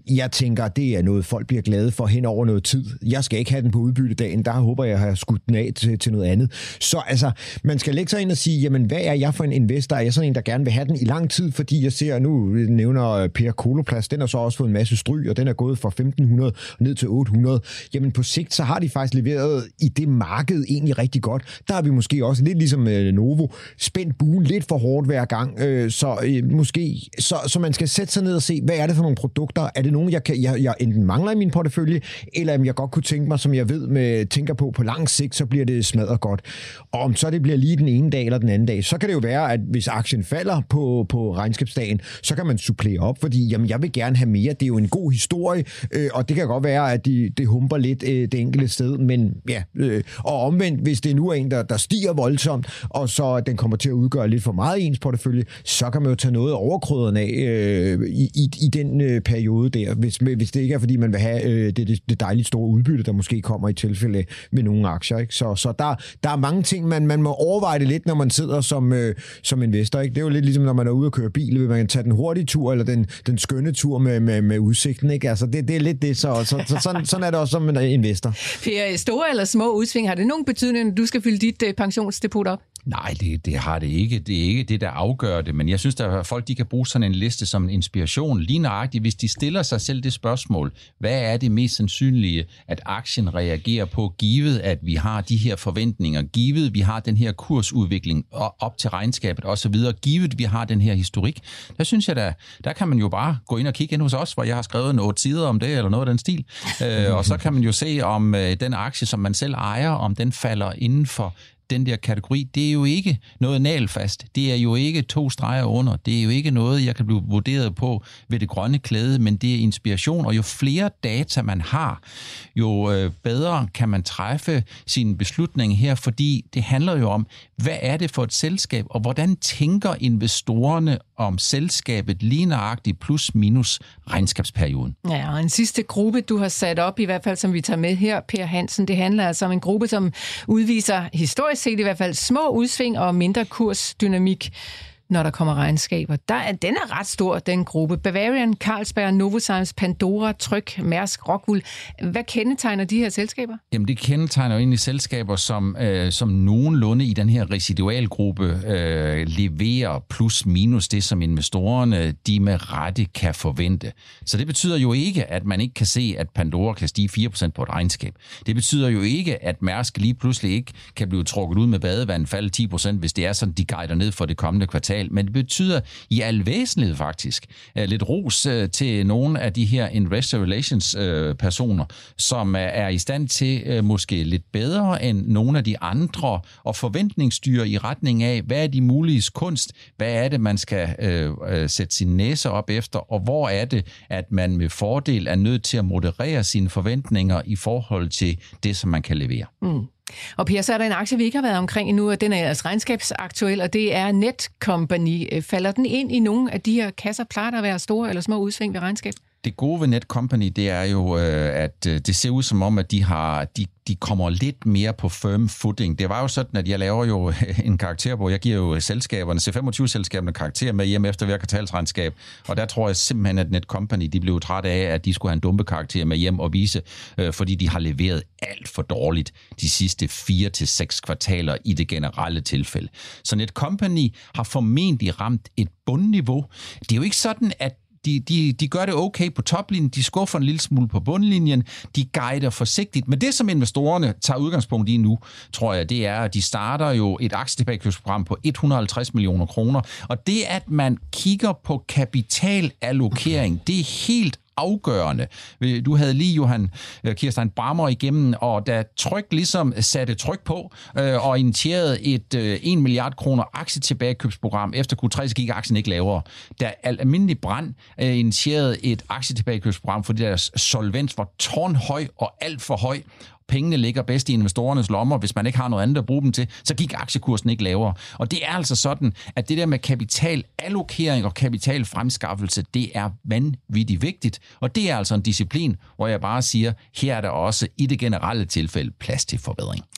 S5: jeg tænker, det er noget, folk bliver glade for hen over noget tid. Jeg skal ikke have den på udbyttedagen, der håber jeg, at jeg har skudt den af til, til noget andet. Så altså, man skal lægge sig ind og sige, jamen, hvad er jeg for en investor? Er jeg sådan en, der gerne vil have den i lang tid? Fordi jeg ser, nu nævner Per Coloplast, den har så også fået en masse stryg, og den er gået fra femten hundrede ned til otte hundrede. Jamen, på sigt, så har de faktisk leveret i det marked egentlig rigtig godt. Der har vi måske også lidt ligesom øh, Novo spændt buen lidt for hårdt hver gang, øh, så øh, måske, så, så man skal sætte sig ned og se, hvad er det for nogle produkter? Er det nogen, jeg, kan, jeg, jeg enten mangler i min portefølje, eller om jeg godt kunne tænke mig, som jeg ved, med, tænker på på lang sigt, så bliver det smadret godt. Og om så det bliver lige den ene dag eller den anden dag, så kan det jo være, at hvis aktien falder på, på regnskabsdagen, så kan man supplere op, fordi jamen, jeg vil gerne have mere. Det er jo en god historie, øh, og det kan godt være, at de, det humper lidt øh, det enkelte sted, men ja, øh, og omvendt, hvis det nu er en, der, der stiger voldsomt, og så den kommer til at udgøre lidt for meget i ens portefølje, så kan man jo tage noget overkryderen af øh, i, i, i den øh, periode der, hvis, hvis det ikke er, fordi man vil have øh, det, det, det dejligt store udbytte, der måske kommer i tilfælde med nogle aktier. Ikke? Så, så der, der er mange ting, man, man må overveje det lidt, når man sidder som, øh, som investor. Ikke? Det er jo lidt ligesom, når man er ude og køre bil, vil man tage den hurtige tur, eller den, den skønne tur med, med, med udsigten. Ikke? Altså, det, det er lidt det, så, så, så sådan, sådan er det også som en investor.
S3: Per, store eller små udsving, har det nogen betydning, når du skal fylde dit uh, pensionsdepot op?
S4: Nej, det, det har det ikke. Det er ikke det, der afgør det, men jeg synes, at folk de kan bruge sådan en liste som en inspiration. Lige nøjagtigt, hvis de stiller sig selv det spørgsmål, hvad er det mest sandsynlige, at aktien reagerer på, givet at vi har de her forventninger, givet vi har den her kursudvikling op til regnskabet osv., givet vi har den her historik, der synes jeg, der, der kan man jo bare gå ind og kigge ind hos os, hvor jeg har skrevet en otte sider om det, eller noget af den stil, øh, og så kan man jo se, om øh, den aktie, som man selv ejer, om den falder inden for den der kategori. Det er jo ikke noget nagelfast. Det er jo ikke to streger under. Det er jo ikke noget, jeg kan blive vurderet på ved det grønne klæde, men det er inspiration, og jo flere data man har, jo øh, bedre kan man træffe sin beslutning her, fordi det handler jo om, hvad er det for et selskab, og hvordan tænker investorerne om selskabet lige nøjagtigt plus minus regnskabsperioden.
S3: Ja, og en sidste gruppe, du har sat op, i hvert fald som vi tager med her, Per Hansen, det handler altså om en gruppe, som udviser historisk set i hvert fald små udsving og mindre kursdynamik, når der kommer regnskaber. Der er, den er ret stor, den gruppe. Bavarian, Carlsberg, Novozymes, Pandora, Tryg, Mærsk, Rockwool. Hvad kendetegner de her selskaber? Jamen,
S4: det kendetegner jo egentlig selskaber, som, øh, som nogenlunde i den her residualgruppe øh, leverer plus minus det, som investorerne de med rette kan forvente. Så det betyder jo ikke, at man ikke kan se, at Pandora kan stige fire procent på et regnskab. Det betyder jo ikke, at Mærsk lige pludselig ikke kan blive trukket ud med badevand, falde ti procent, hvis det er sådan, de guider ned for det kommende kvartal. Men det betyder i al væsentlighed faktisk lidt ros til nogle af de her investor relations personer, som er i stand til måske lidt bedre end nogle af de andre og forventningsstyre i retning af, hvad er de muliges kunst, hvad er det, man skal øh, sætte sin næse op efter, og hvor er det, at man med fordel er nødt til at moderere sine forventninger i forhold til det, som man kan levere. Mm.
S3: Og Per, så er der en aktie, vi ikke har været omkring endnu, og den er altså regnskabsaktuel, og det er Netcompany. Falder den ind i nogle af de her kasser? Plejer der at være store eller små udsving ved regnskab?
S4: Det gode ved Netcompany, det er jo, at det ser ud som om, at de har de, de kommer lidt mere på firm footing. Det var jo sådan, at jeg laver jo en karakterbog. Jeg giver jo selskaberne, C femogtyve-selskaberne karakter med hjem efter hver kvartalsregnskab, og der tror jeg simpelthen, at Netcompany, de blev træt af, at de skulle have en dumpekarakter med hjem og vise, fordi de har leveret alt for dårligt de sidste fire til seks kvartaler i det generelle tilfælde. Så Netcompany har formentlig ramt et bundniveau. Det er jo ikke sådan, at De, de, de gør det okay på toplinjen, de skuffer en lille smule på bundlinjen, de guider forsigtigt. Men det, som investorerne tager udgangspunkt i nu, tror jeg, det er, at de starter jo et aktietilbagekøbsprogram på et hundrede og halvtreds millioner kroner. Og det, at man kigger på kapitalallokering, det er helt afgørende. Du havde lige Johan Kirstein Brammer igennem, og da Tryg ligesom satte tryk på øh, og initierede et øh, en milliard kroner aktietilbagekøbsprogram efter Q tre, så gik aktien ikke lavere. Da Almindelig Brand øh, initierede et aktietilbagekøbsprogram, fordi deres solvens var tårnhøj og alt for høj, pengene ligger bedst i investorernes lommer, hvis man ikke har noget andet at bruge dem til, så gik aktiekursen ikke lavere. Og det er altså sådan, at det der med kapitalallokering og kapitalfremskaffelse, det er vanvittigt vigtigt. Og det er altså en disciplin, hvor jeg bare siger, her er der også i det generelle tilfælde plads til forbedring.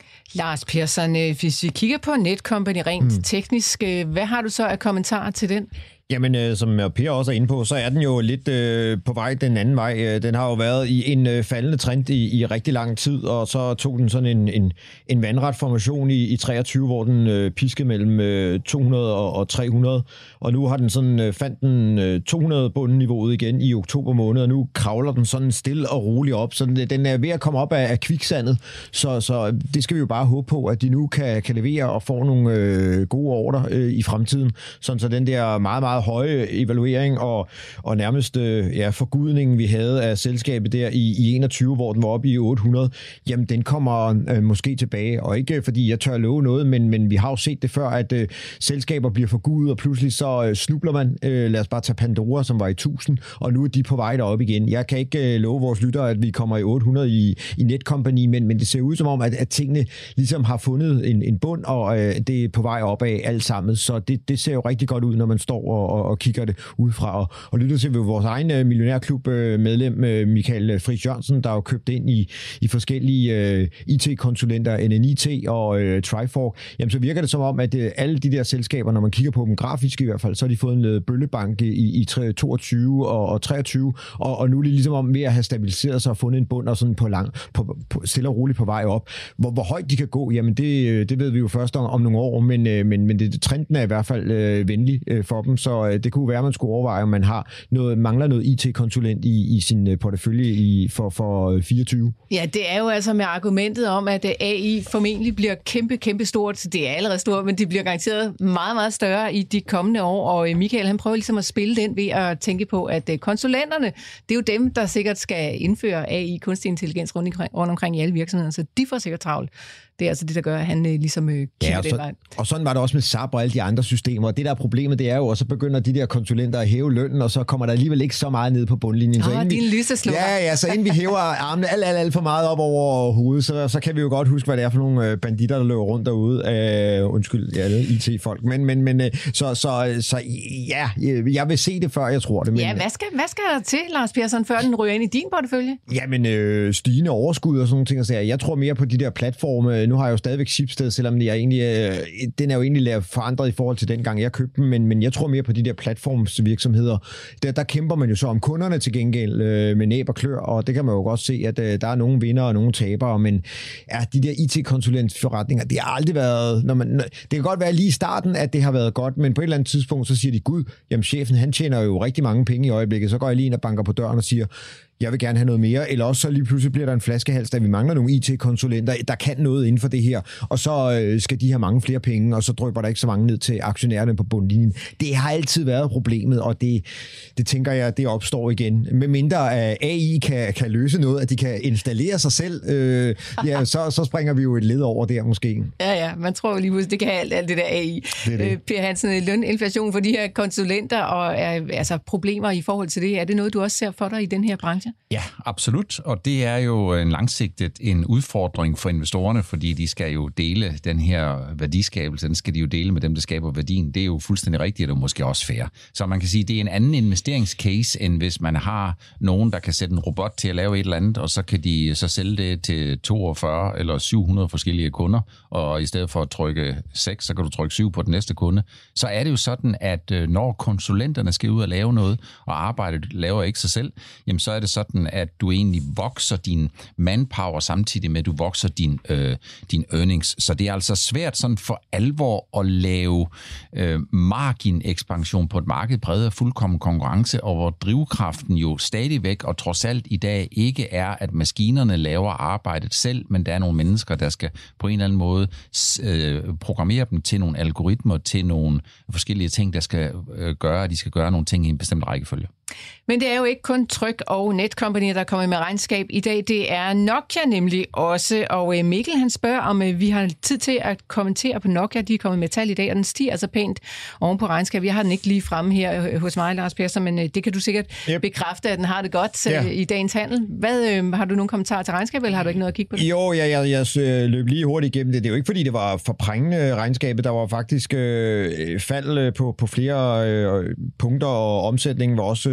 S3: Lars Persson, hvis vi kigger på Netcompany rent mm. teknisk, hvad har du så af kommentarer til den?
S5: Jamen, øh, som Per også er inde på, så er den jo lidt øh, på vej den anden vej. Den har jo været i en øh, faldende trend i, i rigtig lang tid, og så tog den sådan en, en, en vandret formation i, i treogtyve, hvor den øh, piskede mellem øh, to hundrede og tre hundrede, og nu har den sådan, øh, fandt den øh, to hundrede bundniveauet igen i oktober måned, og nu kravler den sådan stille og roligt op, så den, den er ved at komme op af, af kviksandet, så, så det skal vi jo bare håbe på, at de nu kan, kan levere og få nogle øh, gode ordre øh, i fremtiden, sådan så den der meget, meget høje evaluering og, og nærmest øh, ja, forgudningen, vi havde af selskabet der i, i enogtyve, hvor den var oppe i otte hundrede, jamen den kommer øh, måske tilbage, og ikke fordi jeg tør at love noget, men, men vi har jo set det før, at øh, selskaber bliver forgudet, og pludselig så øh, snubler man. Øh, lad os bare tage Pandora, som var i tusind, og nu er de på vej derop igen. Jeg kan ikke øh, love vores lyttere, at vi kommer i otte hundrede i, i Netcompany, men, men det ser ud som om, at, at tingene ligesom har fundet en, en bund, og øh, det er på vej opad alt sammen, så det, det ser jo rigtig godt ud, når man står og, og, og kigger det udefra. Og, og lytter til vores egen uh, millionærklub-medlem, uh, Michael Friis Jørgensen, der er jo købt ind i, i forskellige uh, I T-konsulenter, N N I T og uh, Trifork, jamen så virker det som om, at uh, alle de der selskaber, når man kigger på dem grafisk i hvert fald, så har de fået en uh, bøllebank i, i toogtyve og, og treogtyve, og, og nu er de ligesom om ved at have stabiliseret sig og fundet en bund og sådan på lang, på, på, stille og roligt på vej op. Hvor, hvor højt de kan gå, jamen det, det ved vi jo først om, om nogle år, men, uh, men, men det, trenden er i hvert fald uh, venlig uh, for dem, så uh, det kunne være, at man skulle overveje, om man har noget, mangler noget I T-konsulent i, i sin portefølje i, for, for fireogtyve.
S3: Ja, det er jo altså med argumentet om, at A I formentlig bliver kæmpe, kæmpe stort. Det er allerede stort, men det bliver garanteret meget, meget større i de kommende år. Og Michael, han prøver ligesom at spille den ved at tænke på, at konsulenterne, det er jo dem, der sikkert skal indføre A I, kunstig intelligens rundt omkring, rundt omkring i alle virksomheder, så de får sikkert travlt. Det er altså det, der gør, at han øh, ligesom øh, kigger
S5: ja, og
S3: den
S5: så,
S3: vej. Og
S5: sådan var det også med S A P og alle de andre systemer. Og det der problemet, det er jo, og så begynder de der konsulenter at hæve lønnen, og så kommer der alligevel ikke så meget ned på bundlinjen.
S3: Åh, din lyseslukker.
S5: Ja, ja, så inden vi hæver armene alt, alt, alt for meget op over hovedet, så, så kan vi jo godt huske, hvad det er for nogle banditter, der løber rundt derude. Uh, undskyld, ja, I T-folk. Men, men, men så, så, så ja, jeg vil se det, før jeg tror det. Men,
S3: ja, hvad skal, hvad skal der til, Lars Persson, før den ryger ind i din portefølje?
S5: Jamen, øh, stigende overskud og sådan nogle ting. Så jeg tror mere på de der platforme. Nu har jeg jo stadigvæk Schibsted, selvom jeg egentlig, øh, den er jo egentlig lavet forandret i forhold til dengang jeg købte dem, men, men jeg tror mere på de der platformsvirksomheder. Der, der kæmper man jo så om kunderne til gengæld øh, med næb og klør, og det kan man jo godt se, at øh, der er nogle vinder og nogle tabere, men ja, de der I T-konsulentforretninger, det har aldrig været, når man, det kan godt være lige i starten, at det har været godt, men på et eller andet tidspunkt, så siger de, gud, jamen chefen, han tjener jo rigtig mange penge i øjeblikket, så går jeg lige ind og banker på døren og siger, jeg vil gerne have noget mere, eller også så lige pludselig bliver der en flaskehals, da vi mangler nogle I T-konsulenter, der kan noget inden for det her, og så øh, skal de have mange flere penge, og så drypper der ikke så mange ned til aktionærerne på bundlinjen. Det har altid været problemet, og det, det tænker jeg, det opstår igen. Med mindre at A I kan, kan løse noget, at de kan installere sig selv, øh, ja, så, så springer vi jo et led over der måske.
S3: Ja, ja, man tror jo lige pludselig, det kan alt, alt det der A I. Det det. Øh, Per Hansen, løninflation for de her konsulenter, og er, altså problemer i forhold til det, er det noget, du også ser for dig i den her branche?
S4: Ja, absolut, og det er jo en langsigtet en udfordring for investorerne, fordi de skal jo dele den her værdiskabelse, den skal de jo dele med dem, der skaber værdien. Det er jo fuldstændig rigtigt, og måske også fair. Så man kan sige, det er en anden investeringscase, end hvis man har nogen, der kan sætte en robot til at lave et eller andet, og så kan de så sælge det til toogfyrre eller syv hundrede forskellige kunder, og i stedet for at trykke seks, så kan du trykke syv på den næste kunde. Så er det jo sådan, at når konsulenterne skal ud og lave noget, og arbejdet laver ikke sig selv, jamen så er det sådan, at du egentlig vokser din manpower samtidig med, at du vokser din, øh, din earnings. Så det er altså svært sådan for alvor at lave øh, margin-ekspansion på et marked præget af fuldkommen konkurrence, og hvor drivkraften jo stadigvæk og trods alt i dag ikke er, at maskinerne laver arbejdet selv, men der er nogle mennesker, der skal på en eller anden måde øh, programmere dem til nogle algoritmer, til nogle forskellige ting, der skal øh, gøre, at de skal gøre nogle ting i en bestemt rækkefølge.
S3: Men det er jo ikke kun Tryg og Netcompany, der kommer med regnskab i dag. Det er Nokia nemlig også. Og Mikkel, han spørger, om vi har tid til at kommentere på Nokia. De er kommet med tal i dag, og den stiger altså pænt oven på regnskab. Jeg har den ikke lige fremme her hos mig, Lars Persson, men det kan du sikkert yep. bekræfte, at den har det godt ja. i dagens handel. Hvad, øh, har du nogle kommentarer til regnskabet, eller har du ikke noget at kigge på det?
S5: Jo, jeg, jeg, jeg løb lige hurtigt igennem det. Det er jo ikke, fordi det var forprængende regnskabet. Der var faktisk øh, fald på, på flere øh, punkter, og omsætningen var også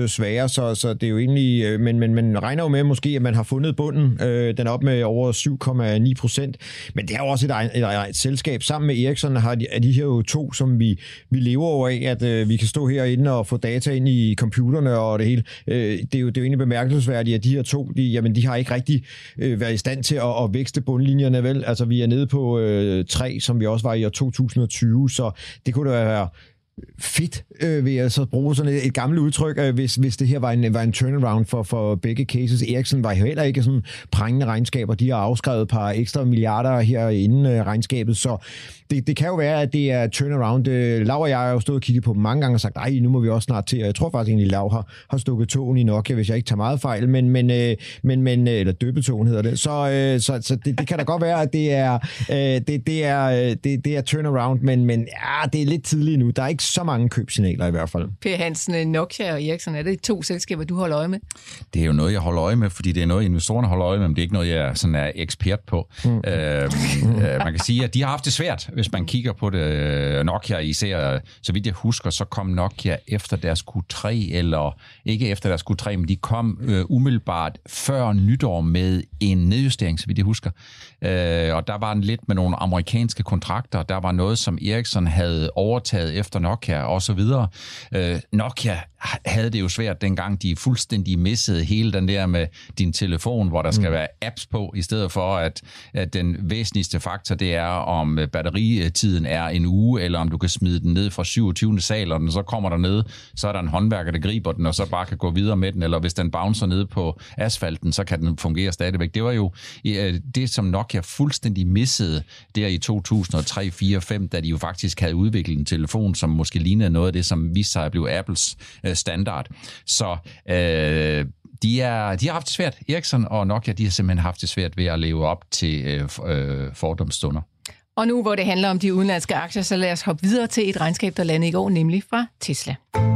S5: svagere, så, så det er jo egentlig, øh, men, men man regner jo med måske, at man har fundet bunden, øh, den er op med over syv komma ni procent, men det er jo også et, et, et, et selskab. Sammen med Ericsson har de, er de her jo to, som vi, vi lever over af, at øh, vi kan stå herinde og få data ind i computerne og det hele. Øh, det, er jo, det er jo egentlig bemærkelsesværdigt, at de her to, de, jamen, de har ikke rigtig øh, været i stand til at, at vækste bundlinjerne, vel? Altså, vi er nede på øh, tre, som vi også var i år to tusind og tyve, så det kunne da være fedt, øh, vil jeg så bruge sådan et, et gammelt udtryk, øh, hvis, hvis det her var en, var en turnaround for, for begge cases. Ericsson var jo heller ikke sådan prangende regnskaber. De har afskrevet et par ekstra milliarder her inden øh, regnskabet, så det, det kan jo være, at det er turnaround. Øh, Lav og jeg har jo stået og kigget på dem mange gange og sagt, ej, nu må vi også snart til. Og jeg tror faktisk egentlig, Lav har, har stukket tågen i Nokia, hvis jeg ikke tager meget fejl, men, men, øh, men, men eller døbetågen hedder det. Så, øh, så, så det, det kan da godt være, at det er, øh, det, det er, det, det er turnaround, men, men ja, det er lidt tidligt nu. Der er ikke så mange købsignaler i hvert fald.
S3: Per Hansen, Nokia og Ericsson, er det de to selskaber, du holder øje med?
S4: Det er jo noget, jeg holder øje med, fordi det er noget, investorerne holder øje med, men det er ikke noget, jeg sådan er ekspert på. Mm. Øh, øh, man kan sige, at de har haft det svært, hvis man kigger på det. Nokia især, så vidt jeg husker, så kom Nokia efter deres Q tre, eller ikke efter deres Q tre, men de kom øh, umiddelbart før nytår med en nedjustering, så vidt jeg husker. Øh, og der var en lidt med nogle amerikanske kontrakter, der var noget, som Ericsson havde overtaget efter Nokia og så videre. Øh, Nokia havde det jo svært dengang, de fuldstændig missede hele den der med din telefon, hvor der skal mm. være apps på, i stedet for, at, at den væsentligste faktor, det er, om batteritiden er en uge, eller om du kan smide den ned fra syvogtyvende sal, og den så kommer der ned, så er der en håndværker, der griber den, og så bare kan gå videre med den, eller hvis den bouncer ned på asfalten, så kan den fungere stadigvæk. Det var jo det, som Nokia fuldstændig missede der i to tusind og tre, fire, fem, da de jo faktisk havde udviklet en telefon, som måske lignede noget af det, som viste sig at blive Apples øh, standard. Så øh, de, er, de har haft det svært. Ericsson og Nokia, de har simpelthen haft det svært ved at leve op til øh, øh, fordomsstunder.
S3: Og nu, hvor det handler om de udenlandske aktier, så lad os hoppe videre til et regnskab, der landede i går, nemlig fra Tesla.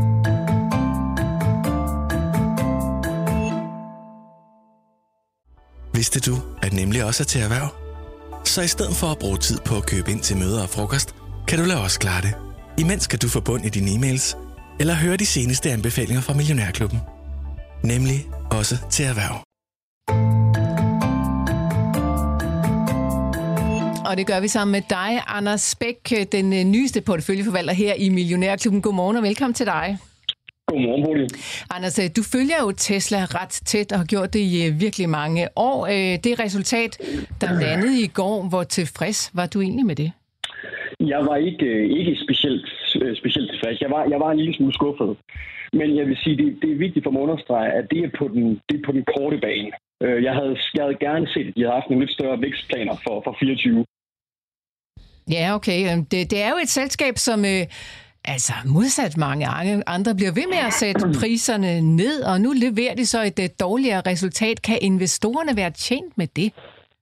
S7: Vidste du, at Nemlig også er til erhverv? Så i stedet for at bruge tid på at købe ind til møder og frokost, kan du lade os klare det. Imens kan du få bund i dine e-mails, eller høre de seneste anbefalinger fra Millionærklubben. Nemlig også til erhverv.
S3: Og det gør vi sammen med dig, Anders Bæk, den nyeste porteføljeforvalter her i Millionærklubben. Godmorgen og velkommen til dig.
S8: Godmorgen, Bodil.
S3: Anders, du følger jo Tesla ret tæt og har gjort det i virkelig mange år. Det resultat, der landede i går, hvor tilfreds var du egentlig med det?
S8: Jeg var ikke, ikke specielt, specielt tilfreds. Jeg var, jeg var en lille smule skuffet. Men jeg vil sige, det, det er vigtigt for mig at understrege, at det er på den, det er på den korte bane. Jeg havde, jeg havde gerne set, at de havde haft nogle lidt større vækstplaner for, for fireogtyve.
S3: Ja, okay. Det, det er jo et selskab, som øh, altså modsat mange andre bliver ved med at sætte priserne ned, og nu leverer de så et, et dårligere resultat. Kan investorerne være tjent med det?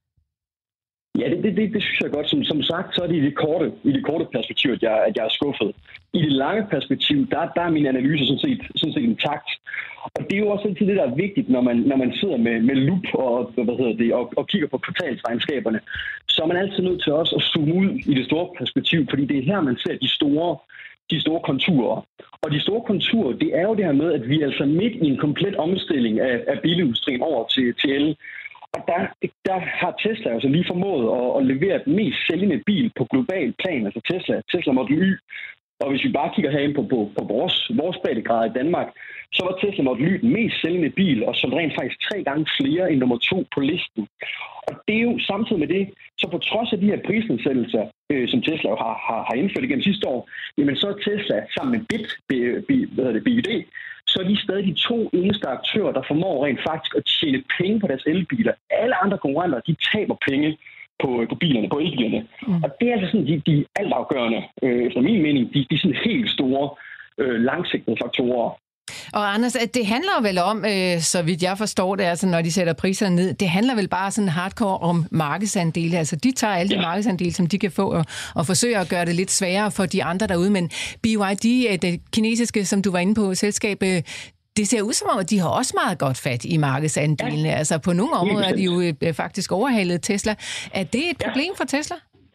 S8: Ja, det, det, det, det synes jeg godt. Som, som sagt, så er det i det korte, i det korte perspektiv, at jeg, at jeg er skuffet. I det lange perspektiv, der, der er min analyse sådan set, sådan set intakt. Og det er jo også altid det, der er vigtigt, når man, når man sidder med, med lup og, hvad hedder det, og, og kigger på kvartalsregnskaberne. Så er man altid nødt til også at zoome ud i det store perspektiv, fordi det er her, man ser de store, de store konturer. Og de store konturer, det er jo det her med, at vi er altså midt i en komplet omstilling af, af bilindustrien over til, til el. Og der, der har Tesla altså lige formået at, at levere den mest sælgende bil på global plan, altså Tesla, Tesla Model Y. Og hvis vi bare kigger herinde på, på, på vores, vores breddegrad i Danmark, så var Tesla Model Y den mest sælgende bil, og som rent faktisk tre gange flere end nummer to på listen. Og det er jo samtidig med det, så på trods af de her prisnedsættelser, øh, som Tesla har, har, har indført igennem sidste år, jamen så er Tesla sammen med Bit, B, B, hvad hedder det, B Y D, så er de stadig de to eneste aktører, der formår rent faktisk at tjene penge på deres elbiler. Alle andre konkurrenter, de taber penge på, på bilerne, på elbilerne. Mm. Og det er altså sådan de, de altafgørende, øh, efter min mening, de, de sådan helt store øh, langsigtede faktorer.
S3: Og Anders, det handler vel om, øh, så vidt jeg forstår det, altså når de sætter priserne ned, det handler vel bare sådan hardcore om markedsandele. Altså de tager alle de ja. markedsandele, som de kan få, og, og forsøger at gøre det lidt sværere for de andre derude. Men B Y D, det kinesiske, som du var inde på, selskab, det ser ud som om, at de har også meget godt fat i markedsandelene. Ja. Altså på nogle områder er de jo faktisk overhalet Tesla. Er det et problem ja. for Tesla?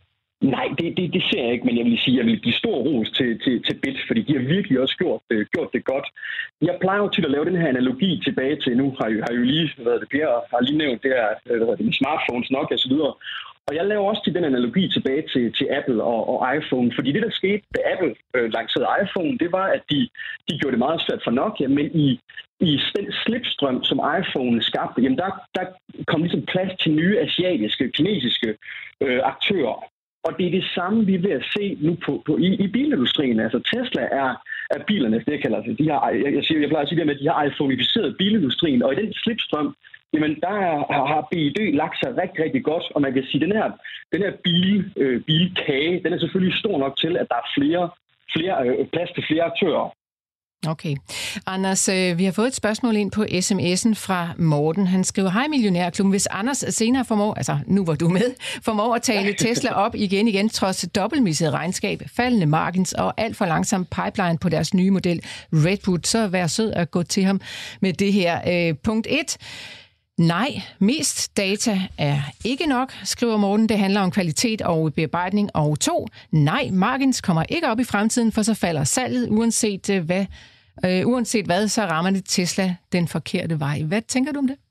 S8: Nej, det, det, det ser jeg ikke, men jeg vil sige, at jeg vil give stor ros til, til, til Bit, fordi de har virkelig også gjort, øh, gjort det godt. Jeg plejer jo til at lave den her analogi tilbage til, nu har jeg, har jeg jo lige, hvad det bliver, har lige nævnt det her, hvad det, med smartphones nok og så videre. Og jeg laver også til den analogi tilbage til, til Apple og, og iPhone, fordi det, der skete, da Apple øh, lancerede iPhone, det var, at de, de gjorde det meget svært for Nokia, men i, i den slipstrøm, som iPhone skabte, jamen der, der kom ligesom plads til nye asiatiske, kinesiske øh, aktører. Og det er det samme, vi er ved at se nu på, på, i, i bilindustrien. Altså Tesla er, er bilerne, det jeg kalder det. De har, jeg, jeg, siger, jeg plejer at sige det med, at de har iPhoneificeret bilindustrien, og i den slipstrøm, jamen der har B I D lagt sig rigtig, rigtig godt, og man kan sige, at den her, den her bil, øh, bilkage, den er selvfølgelig stor nok til, at der er flere, flere øh, plads til flere aktører.
S3: Okay. Anders, øh, vi har fået et spørgsmål ind på sms'en fra Morten. Han skriver, hej millionærklubben, hvis Anders senere formår, altså nu hvor du er med, formår at tale Tesla op igen igen, trods dobbeltmisset regnskab, faldende margins og alt for langsom pipeline på deres nye model Redwood, så vær sød at gå til ham med det her. Øh, punkt et. Nej, mest data er ikke nok, skriver Morten. Det handler om kvalitet og bearbejdning. Og to, nej, margins kommer ikke op i fremtiden, for så falder salget, uanset hvad, øh, uanset hvad, så rammer det Tesla den forkerte vej. Hvad tænker du om det?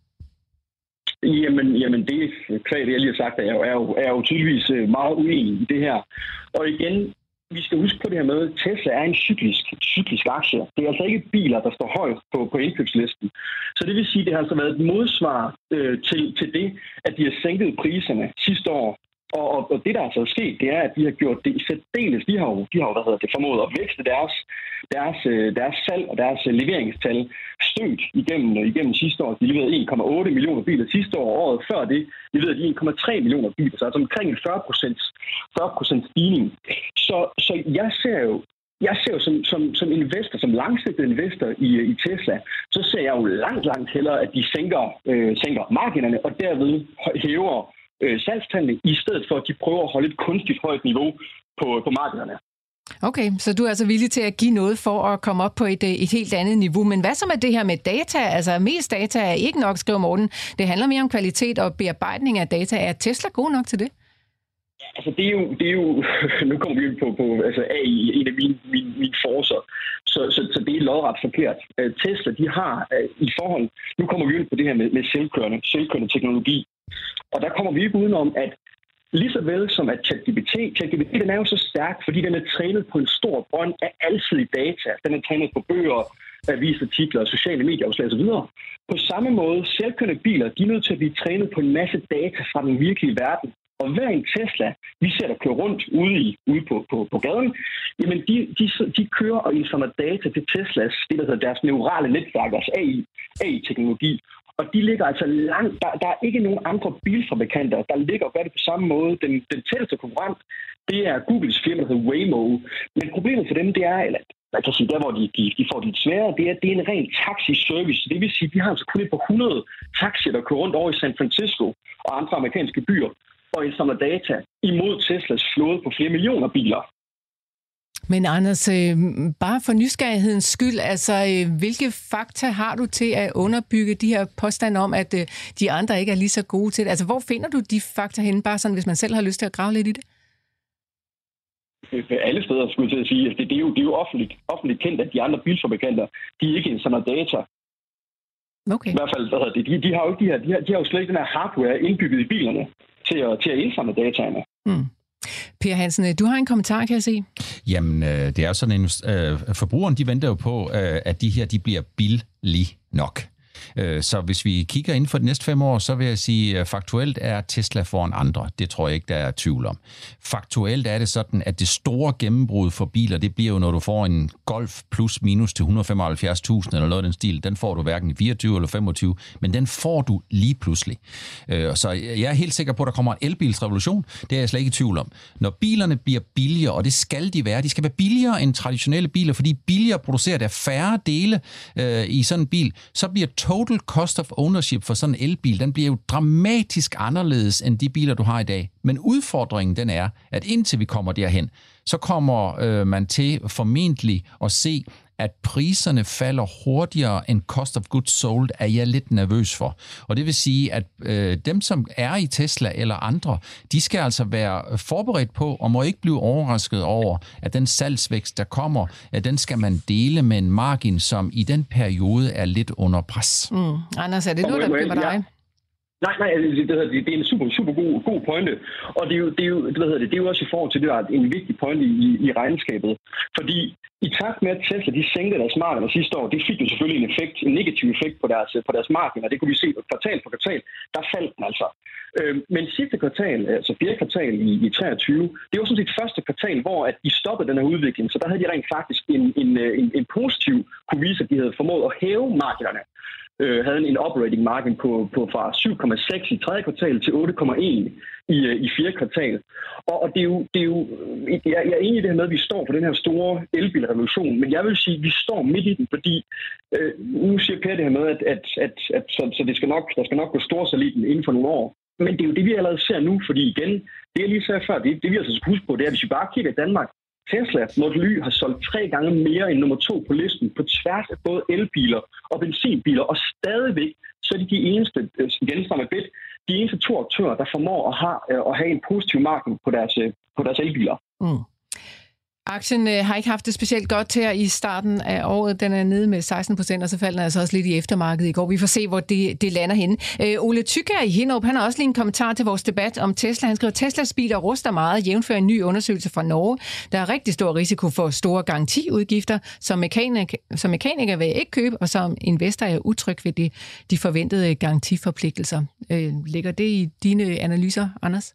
S8: Jamen, jamen det er klart, det jeg lige har sagt, at jeg er jo, er jo tydeligvis meget uenig i det her. Og igen, vi skal huske på det her med, at Tesla er en cyklisk, cyklisk aktie. Det er altså ikke biler, der står højt på, på indkøbslisten. Så det vil sige, at det har altså været et modsvar øh, til, til det, at de har sænket priserne sidste år. Og, og, og det, der altså er sket, det er, at de har gjort det i særdeles. De har jo, de har jo hvad hedder det, formået at vækste deres, deres, deres salg og deres leveringstal stødt igennem, igennem sidste år. De leverede en komma otte millioner biler sidste år, året før det leverede de en komma tre millioner biler, så altså omkring en fyrre procent stigning. Så, så jeg ser jo, jeg ser jo som, som, som investor, som langsigtet investor i, i Tesla, så ser jeg jo langt, langt hellere, at de sænker, øh, sænker marginerne og derved hæver øh, salgstallene, i stedet for, at de prøver at holde et kunstigt højt niveau på, på markederne.
S3: Okay, så du er altså villig til at give noget for at komme op på et, et helt andet niveau. Men hvad så med det her med data? Altså mest data er ikke nok, skriver Morten. Det handler mere om kvalitet og bearbejdning af data. Er Tesla god nok til det?
S8: Altså det er jo, det er jo nu kommer vi jo på, på altså A I, en af mine, mine, mine forser, så, så, så det er lodret forkert. Uh, Tesla, de har uh, i forhold, nu kommer vi jo på det her med, med selvkørende, selvkørende teknologi, og der kommer vi ikke udenom, at lige så vel som at ChatGPT, ChatGPT den er jo så stærk, fordi den er trænet på en stor brønd af alsidig data. Den er trænet på bøger, avisartikler, sociale medier osv. På samme måde, selvkørende biler, de er nødt til at blive trænet på en masse data fra den virkelige verden. Og hver en Tesla, vi ser der kører rundt ude, i, ude på, på, på gaden, jamen de, de, de kører og indsamler data til Teslas, det der hedder deres neurale netværk, deres A I, A I-teknologi. Og de ligger altså langt, der, der er ikke nogen andre bilfabrikanter, der ligger og gør det på samme måde. Den, den tætteste konkurrent, det er Googles firma, der hedder Waymo. Men problemet for dem, det er, eller jeg kan sige, der hvor de, de, de får det svære, det er, det er en ren taxi-service. Det vil sige, de har altså kun et par hundrede taxier, der kører rundt over i San Francisco og andre amerikanske byer, og indsamler data imod Teslas flåde på flere millioner biler.
S3: Men Anders, øh, bare for nysgerrighedens skyld, altså øh, hvilke fakta har du til at underbygge de her påstande om, at øh, de andre ikke er lige så gode til det? Altså hvor finder du de fakta henne, bare sådan, hvis man selv har lyst til at grave lidt i det?
S8: Alle steder, skulle jeg til at sige. Det, det er jo, det er jo offentligt, offentligt kendt, at de andre bilfabrikanter, de ikke indsamler data.
S3: Okay.
S8: I hvert fald, hvad hedder det, de, de har jo ikke de her, de har, de har jo slet ikke den her hardware indbygget i bilerne til at, til at indsamle dataene.
S3: Mm. Per Hansen, du har en kommentar, kan jeg se.
S4: Jamen, det er jo sådan, en øh, forbrugeren, de venter jo på, øh, at de her, de bliver billige nok. Så hvis vi kigger inden for de næste fem år, så vil jeg sige, at faktuelt er Tesla foran andre. Det tror jeg ikke, der er tvivl om. Faktuelt er det sådan, at det store gennembrud for biler, det bliver jo, når du får en Golf plus minus til et hundrede og femoghalvfjerds tusind eller noget af den stil. Den får du hverken i fireogtyve eller femogtyve, men den får du lige pludselig. Så jeg er helt sikker på, at der kommer en elbilsrevolution. Det er jeg slet ikke i tvivl om. Når bilerne bliver billigere, og det skal de være, de skal være billigere end traditionelle biler, fordi billigere producerer der færre dele øh, i sådan en bil, så bliver total cost of ownership for sådan en elbil, den bliver jo dramatisk anderledes end de biler, du har i dag. Men udfordringen den er, at indtil vi kommer derhen, så kommer øh, man til formentlig at se, at priserne falder hurtigere end cost of goods sold, er jeg lidt nervøs for. Og det vil sige, at øh, dem, som er i Tesla eller andre, de skal altså være forberedt på, og må ikke blive overrasket over, at den salgsvækst, der kommer, at den skal man dele med en margin, som i den periode er lidt under pres.
S3: Mm. Anders, er det noget, der begynder dig?
S8: Nej, nej, det, det, det er en super, super god, god pointe, og det er, jo, det, er jo, hvad hedder det, det er jo også i forhold til, det der er en vigtig pointe i, i regnskabet, fordi i takt med, at Tesla de sænkede deres marginer sidste år, det fik jo selvfølgelig en effekt, en negativ effekt på deres, på deres marginer, det kunne vi se kvartal for kvartal, der faldt den altså. Øh, men sidste kvartal, altså fjerde kvartal i, i treogtyve, det var sådan set første kvartal, hvor at de stoppede den her udvikling, så der havde de rent faktisk en, en, en, en positiv kunne vise, at de havde formået at hæve marginerne. Øh, havde en operating margin på, på fra syv komma seks i tredje kvartal til otte komma en i, i fjerde kvartal. Og, og det er jo, det er jo jeg, jeg er enig i det her med, at vi står for den her store elbilrevolution, men jeg vil sige, at vi står midt i den, fordi øh, nu siger Per det her med, at, at, at, at så, så det skal nok, der skal nok gå storsaliten inden for nogle år. Men det er jo det, vi allerede ser nu, fordi igen, det jeg lige sagde før, det, det vi altså skal huske på, det er, at hvis vi bare kigger i Danmark, Tesla Model Y har solgt tre gange mere end nummer to på listen på tværs af både elbiler og benzinbiler, og stadigvæk så er de de eneste, igen sammen med Bit, de eneste to aktører, der formår at have, at have en positiv marken på deres, på deres elbiler.
S3: Mm. Aktien øh, har ikke haft det specielt godt her i starten af året. Den er nede med seksten procent, og så falder den altså også lidt i eftermarkedet i går. Vi får se, hvor det, det lander henne. Øh, Ole Thykker i Hinderup, han har også lige en kommentar til vores debat om Tesla. Han skriver, at Teslas biler ruster meget, jævnfører en ny undersøgelse fra Norge. Der er rigtig stor risiko for store garantiudgifter, som mekanik, som mekaniker vil jeg ikke købe, og som investor er jeg utryg ved de, de forventede garantiforpligtelser. Øh, ligger det i dine analyser, Anders?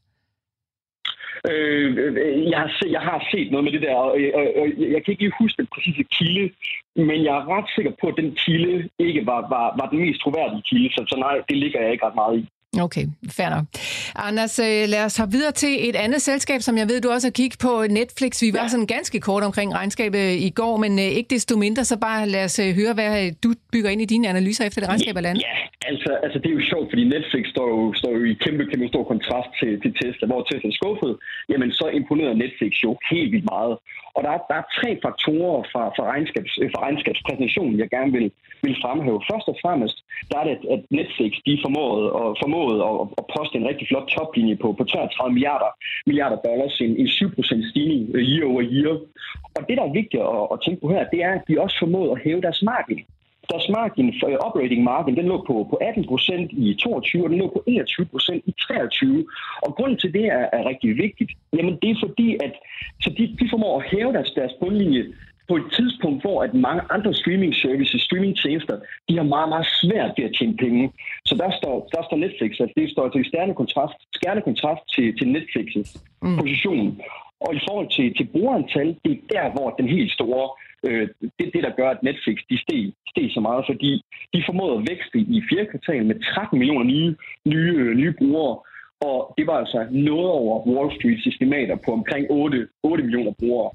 S8: Øh, jeg, har set, jeg har set noget med det der, og, og, og jeg kan ikke lige huske den præcise kilde, men jeg er ret sikker på, at den kilde ikke var, var, var den mest troværdige kilde, så, så nej, det ligger jeg ikke ret meget i.
S3: Okay, fair nok. Anders, lad os hoppe videre til et andet selskab, som jeg ved, du også har kigget på, Netflix. Vi var ja. sådan ganske kort omkring regnskabet i går, men ikke desto mindre, så bare lad os høre, hvad du bygger ind i dine analyser efter det regnskab er landet.
S8: Ja, altså, altså det er jo sjovt, fordi Netflix står jo, står jo i kæmpe, kæmpe stor kontrast til, til Tesla, hvor Tesla er skuffet. Jamen, så imponerer Netflix jo helt vildt meget. Og der er, der er tre faktorer fra, fra, regnskabs, fra regnskabspræsentationen, jeg gerne vil, vil fremhæve. Først og fremmest, der er det, at Netflix de formåede, og, formåede at, at poste en rigtig flot toplinje på, på treogtredive milliarder, milliarder dollars, en, en syv procent stigning year over year. Og det, der er vigtigt at, at tænke på her, det er, at de også formåede at hæve deres margin. Deres margin, operating margin, den lå på, på atten procent i toogtyve, og den lå på enogtyve procent i treogtyve. Og grunden til det er, er rigtig vigtigt. Jamen det er fordi, at så de, de formår at hæve deres, deres bundlinje på et tidspunkt, hvor at mange andre streaming services, streamingtjenester, de har meget, meget svært ved at tjene penge. Så der står, der står Netflix, altså det står til skærende kontrast, skærende kontrast til, til Netflix's mm. position. Og i forhold til, til brugerantal, det er der, hvor den helt store Øh, det er det, der gør, at Netflix de steg, steg så meget, fordi de formåede at vækste i fjerde kvartal med tretten millioner nye, nye, øh, nye brugere, og det var altså noget over Wall Streets estimater på omkring otte, otte millioner brugere.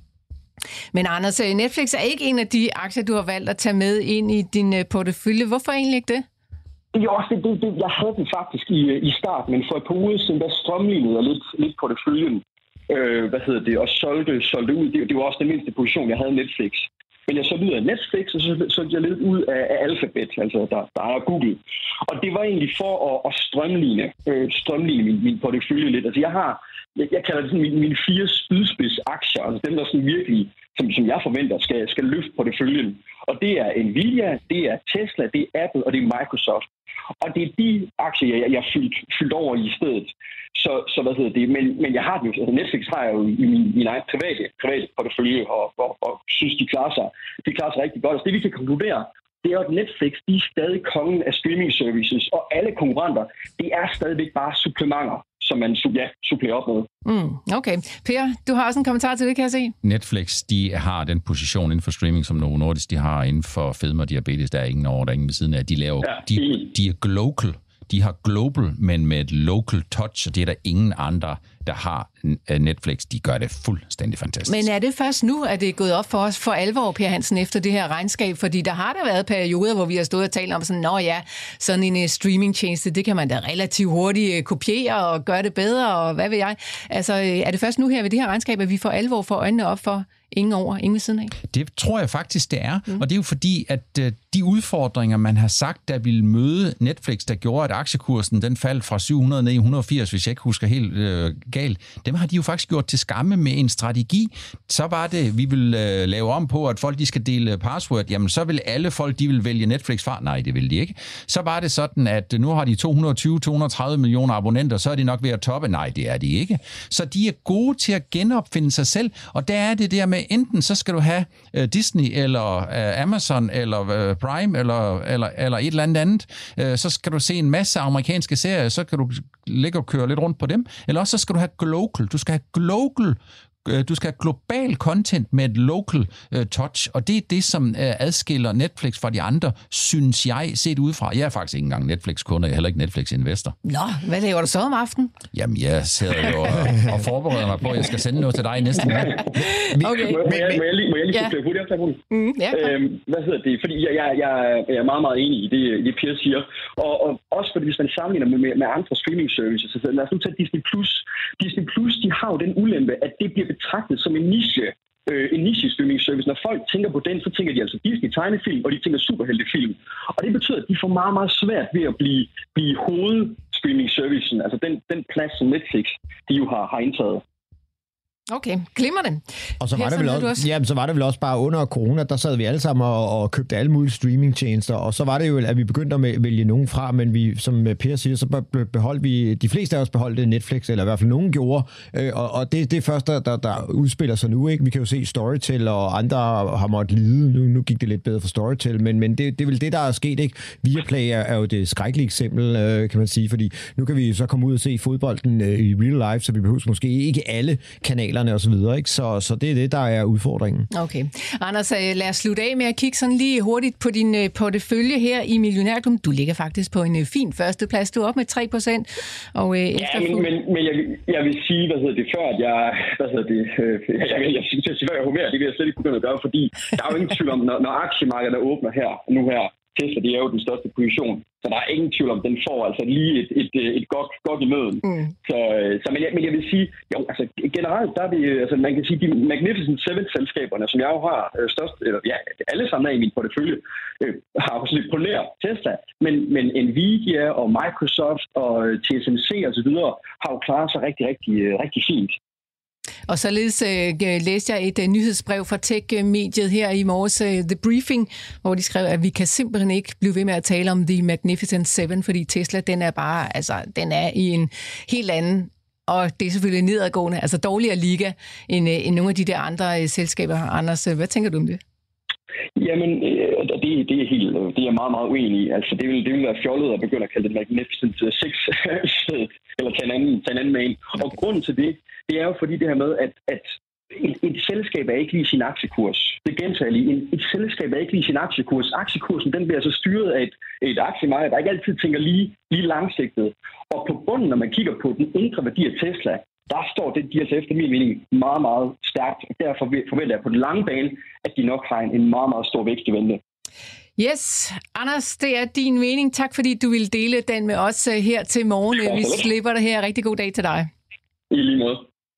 S3: Men Anders, Netflix er ikke en af de aktier, du har valgt at tage med ind i din portefølje. Hvorfor egentlig ikke det?
S8: Det er også det, det, det jeg havde den faktisk i, i starten, men for et par uger siden, der strømlignede jeg lidt, lidt porteføljen. Øh, hvad hedder det, og solgte, solgte ud. Det, det var også den mindste position, jeg havde i Netflix. Men jeg solgte ud af Netflix, og så solgte jeg lidt ud af, af Alphabet, altså der, der er Google. Og det var egentlig for at, at strømligne, øh, strømligne min, min portefølje lidt. Altså jeg har, jeg, jeg kalder det sådan mine, mine fire spydspidsaktier, altså dem, der sådan virkelig, som, som jeg forventer, skal, skal løfte porteføljen. Og det er Nvidia, det er Tesla, det er Apple, og det er Microsoft. Og det er de aktier, jeg, jeg er fyldt, fyldt over i stedet. Så, så hvad hedder det? Men, men jeg har den jo, altså Netflix har jeg jo i min, min egen private, private portefølje, og, og, og synes, de klarer sig, de klarer sig rigtig godt. Og det, vi kan konkludere, det er jo, at Netflix, de er stadig kongen af streaming services, og alle konkurrenter, det er stadigvæk bare supplementer, som man ja, supplerer op med.
S3: Mm, okay. Per, du har også en kommentar til det, kan jeg se?
S4: Netflix, de har den position inden for streaming, som Novo Nordisk, de har inden for fedme og diabetes. Der er ingen over, der er ingen ved siden af. De, laver, ja, de, de er global. De har global, men med et local touch, og det er der ingen andre, der har Netflix, de gør det fuldstændig fantastisk.
S3: Men er det først nu, at det er gået op for os for alvor, Per Hansen, efter det her regnskab? Fordi der har der været perioder, hvor vi har stået og talt om sådan, nå ja, sådan en streamingtjeneste, det kan man da relativt hurtigt kopiere og gøre det bedre, og hvad ved jeg. Altså, er det først nu her ved det her regnskab, at vi for alvor får øjnene op for ingen over, ingen ved siden af?
S4: Det tror jeg faktisk, det er. Mm. Og det er jo fordi, at øh, de udfordringer, man har sagt, der ville møde Netflix, der gjorde, at aktiekursen den faldt fra syv hundrede ned i et hundrede og firs, hvis jeg ikke husker helt øh, galt, dem har de jo faktisk gjort til skamme med en strategi. Så var det, vi vil øh, lave om på, at folk de skal dele password. Jamen, så vil alle folk, de vil vælge Netflix fra. Nej, det vil de ikke. Så var det sådan, at nu har de to hundrede og tyve til to hundrede og tredive millioner abonnenter, så er de nok ved at toppe. Nej, det er de ikke. Så de er gode til at genopfinde sig selv, og der er det der med, enten så skal du have uh, Disney, eller uh, Amazon, eller uh, Prime, eller, eller, eller et eller andet andet. Uh, så skal du se en masse amerikanske serier, så kan du ligge og køre lidt rundt på dem. Eller også så skal du have global. Du skal have global Du skal have global content med et local uh, touch, og det er det, som uh, adskiller Netflix fra de andre, synes jeg, set udefra. Jeg er faktisk ikke engang Netflix-kunde, jeg er heller ikke Netflix-investor.
S3: Nå, hvad laver du så om aftenen?
S4: Jamen, jeg sidder jo og, og forbereder mig på, at jeg skal sende noget til dig næste uge.
S8: Okay. Må, må, jeg, må jeg lige, må jeg lige ja. hurtigt optage hurtigt?
S3: Mm, ja,
S8: øhm, hvad hedder det? Fordi jeg, jeg, jeg, jeg er meget, meget enig i det, det Per siger. Og, og også fordi, hvis man sammenligner med, med, med andre streaming services, så lad os nu tage Disney Plus. Disney Plus, de har jo den ulempe, at det bliver betragtet som en niche, øh, en niche streaming service. Når folk tænker på den, så tænker de altså Disney tegnefilm, og de tænker superheltefilm. Og det betyder, at de får meget, meget svært ved at blive, blive hoved streaming servicen, altså den, den plads, som Netflix, de jo har, har indtaget.
S3: Okay, glimrende.
S5: Og så var, det vel også, også? Ja, så var det vel også bare under corona, der sad vi alle sammen og, og købte alle mulige streamingtjenester, og så var det jo, at vi begyndte at vælge nogen fra, men vi, som Per siger, så beholdt vi, de fleste af os beholdt Netflix, eller i hvert fald nogen gjorde, og, og det, det er først, der, der, der udspiller sig nu, ikke? Vi kan jo se Storytel, og andre har måttet lide, nu, nu gik det lidt bedre for Storytel, men, men det, det er vel det, der er sket, ikke? Viaplay er, er jo det skrækkelige eksempel, kan man sige, fordi nu kan vi så komme ud og se fodbolden i real life, så vi behøver måske ikke alle kanaler og så videre, ikke? Så, så det er det, der er udfordringen.
S3: Okay. Anders, lad os slutte af med at kigge sådan lige hurtigt på din portefølje her i Millionærklubben. Du ligger faktisk på en fin førsteplads. Du er op med tre procent. Og, øh,
S8: ja, men, men, men jeg, jeg vil sige, hvad hedder det, før at jeg, hvad hedder det, øh, jeg, jeg, jeg synes, at jeg humør, det vil jeg slet ikke begynde at gøre, fordi der er jo ingen tvivl om, når, når aktiemarkedet åbner her, nu her, Tesla, det er jo den største position, så der er ingen tvivl om, den får altså lige et, et, et godt, godt i møden. Mm. Så, så men, jeg, men jeg vil sige, jo, altså generelt, der er vi, altså man kan sige, de Magnificent Seven-selskaberne, som jeg jo har øh, størst, eller ja, alle sammen er i min portefølje, øh, har jo lidt på nær Tesla, men, men Nvidia og Microsoft og T S M C og så videre, har jo klaret sig rigtig, rigtig, rigtig fint.
S3: Og således øh, læste jeg et øh, nyhedsbrev fra tech-mediet her i morges, øh, The Briefing, hvor de skrev, at vi kan simpelthen ikke blive ved med at tale om The Magnificent Seven, fordi Tesla, den er bare, altså, den er i en helt anden, og det er selvfølgelig nedadgående, altså dårligere liga, end, øh, end nogle af de der andre øh, selskaber. Anders, hvad tænker du om det?
S8: Jamen, øh, det, det er helt, det er jeg meget, meget uenig i. Altså, det vil, det vil være fjollet at begynde at kalde det Magnificent Six, eller tage en anden, tage en anden med ind. Og grunden til det, det er jo fordi det her med, at, at et, et selskab er ikke lige sin aktiekurs. Det gentager jeg lige. Et, et selskab er ikke lige sin aktiekurs. Aktiekursen, den bliver altså styret af et, et aktiemarked, der ikke altid tænker lige, lige langsigtet. Og på bunden, når man kigger på den indre værdi af Tesla, der står det, de altså efter min mening meget, meget stærkt. Og derfor forventer jeg på den lange bane, at de nok har en meget, meget stor vækst i vente.
S3: Yes, Anders, det er din mening. Tak fordi du ville dele den med os her til morgen. Vi slipper det her. Rigtig god dag til dig.
S8: I lige måde.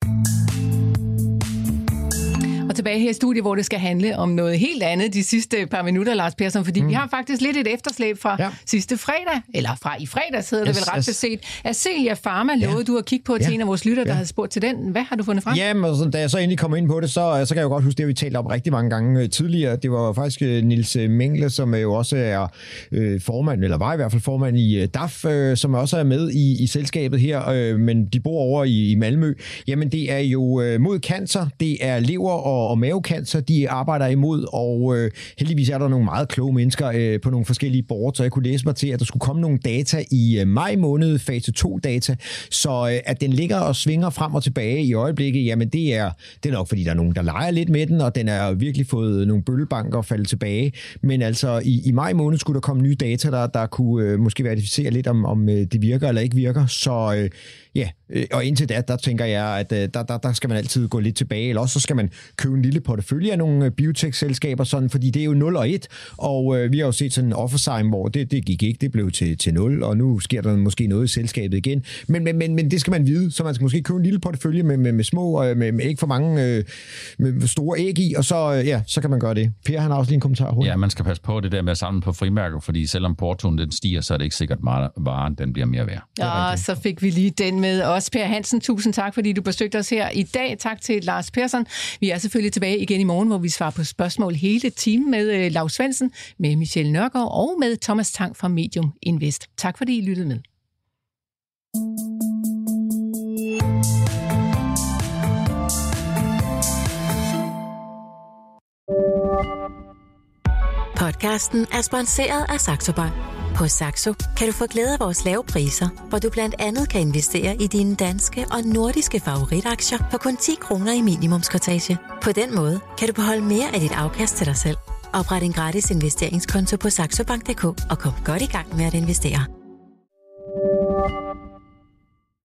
S3: Og tilbage her i studiet, hvor det skal handle om noget helt andet de sidste par minutter, Lars Persson, fordi mm. vi har faktisk lidt et efterslæb fra ja. sidste fredag, eller fra i fredags hedder yes, det vel ret yes. beset. Acelia Pharma lovede ja. du at kigge på til ja. en af vores lytter, der ja. havde spurgt til den. Hvad har du fundet frem?
S5: Jamen, altså, da jeg så endelig kom ind på det, så, så kan jeg jo godt huske, det vi talt om rigtig mange gange tidligere. Det var faktisk Niels Mengle, som jo også er øh, formand, eller var i hvert fald formand i D A F, øh, som også er med i, i selskabet her, øh, men de bor over i, i Malmø. Jamen, det er jo øh, mod cancer, det er lever og og mavecancer, de arbejder imod, og øh, heldigvis er der nogle meget kloge mennesker øh, på nogle forskellige boards, så jeg kunne læse mig til, at der skulle komme nogle data i øh, maj måned, fase to data, så øh, at den ligger og svinger frem og tilbage i øjeblikket, jamen det er, det er nok, fordi der er nogen, der leger lidt med den, og den er virkelig fået nogle bøllebanker og falde tilbage, men altså i, i maj måned skulle der komme nye data, der, der kunne øh, måske verificere lidt, om, om øh, det virker eller ikke virker, så øh, ja, og indtil da, der tænker jeg, at der, der, der skal man altid gå lidt tilbage, eller også så skal man købe en lille portefølje af nogle biotech-selskaber, sådan, fordi det er jo nul og et, og øh, vi har jo set sådan en Offersheim, hvor det, det gik ikke, det blev til, til nul, og nu sker der måske noget i selskabet igen, men, men, men, men det skal man vide, så man skal måske købe en lille portefølje med, med, med små, med, med ikke for mange øh, med store æg i, og så, øh, ja, så kan man gøre det. Per, han har også lige en kommentar. Hurtigt.
S4: Ja, man skal passe på det der med at samle på frimærker, fordi selvom portoen den stiger, så er det ikke sikkert meget varen, den bliver mere værd.
S3: Ja, så fik vi lige den med os. Per Hansen, tusind tak, fordi du besøgte os her i dag. Tak til Lars Persson. Vi er selvfølgelig tilbage igen i morgen, hvor vi svarer på spørgsmål hele timen med Lau Svendsen, med Michelle Nørgaard og med Thomas Tang fra Medium Invest. Tak fordi I lyttede med.
S1: Podcasten er sponsoreret af Saxo Bank. På Saxo kan du få glæde af vores lave priser, hvor du blandt andet kan investere i dine danske og nordiske favoritaktier for kun ti kroner i minimumskortage. På den måde kan du beholde mere af dit afkast til dig selv. Opret en gratis investeringskonto på saxobank punktum d k og kom godt i gang med at investere.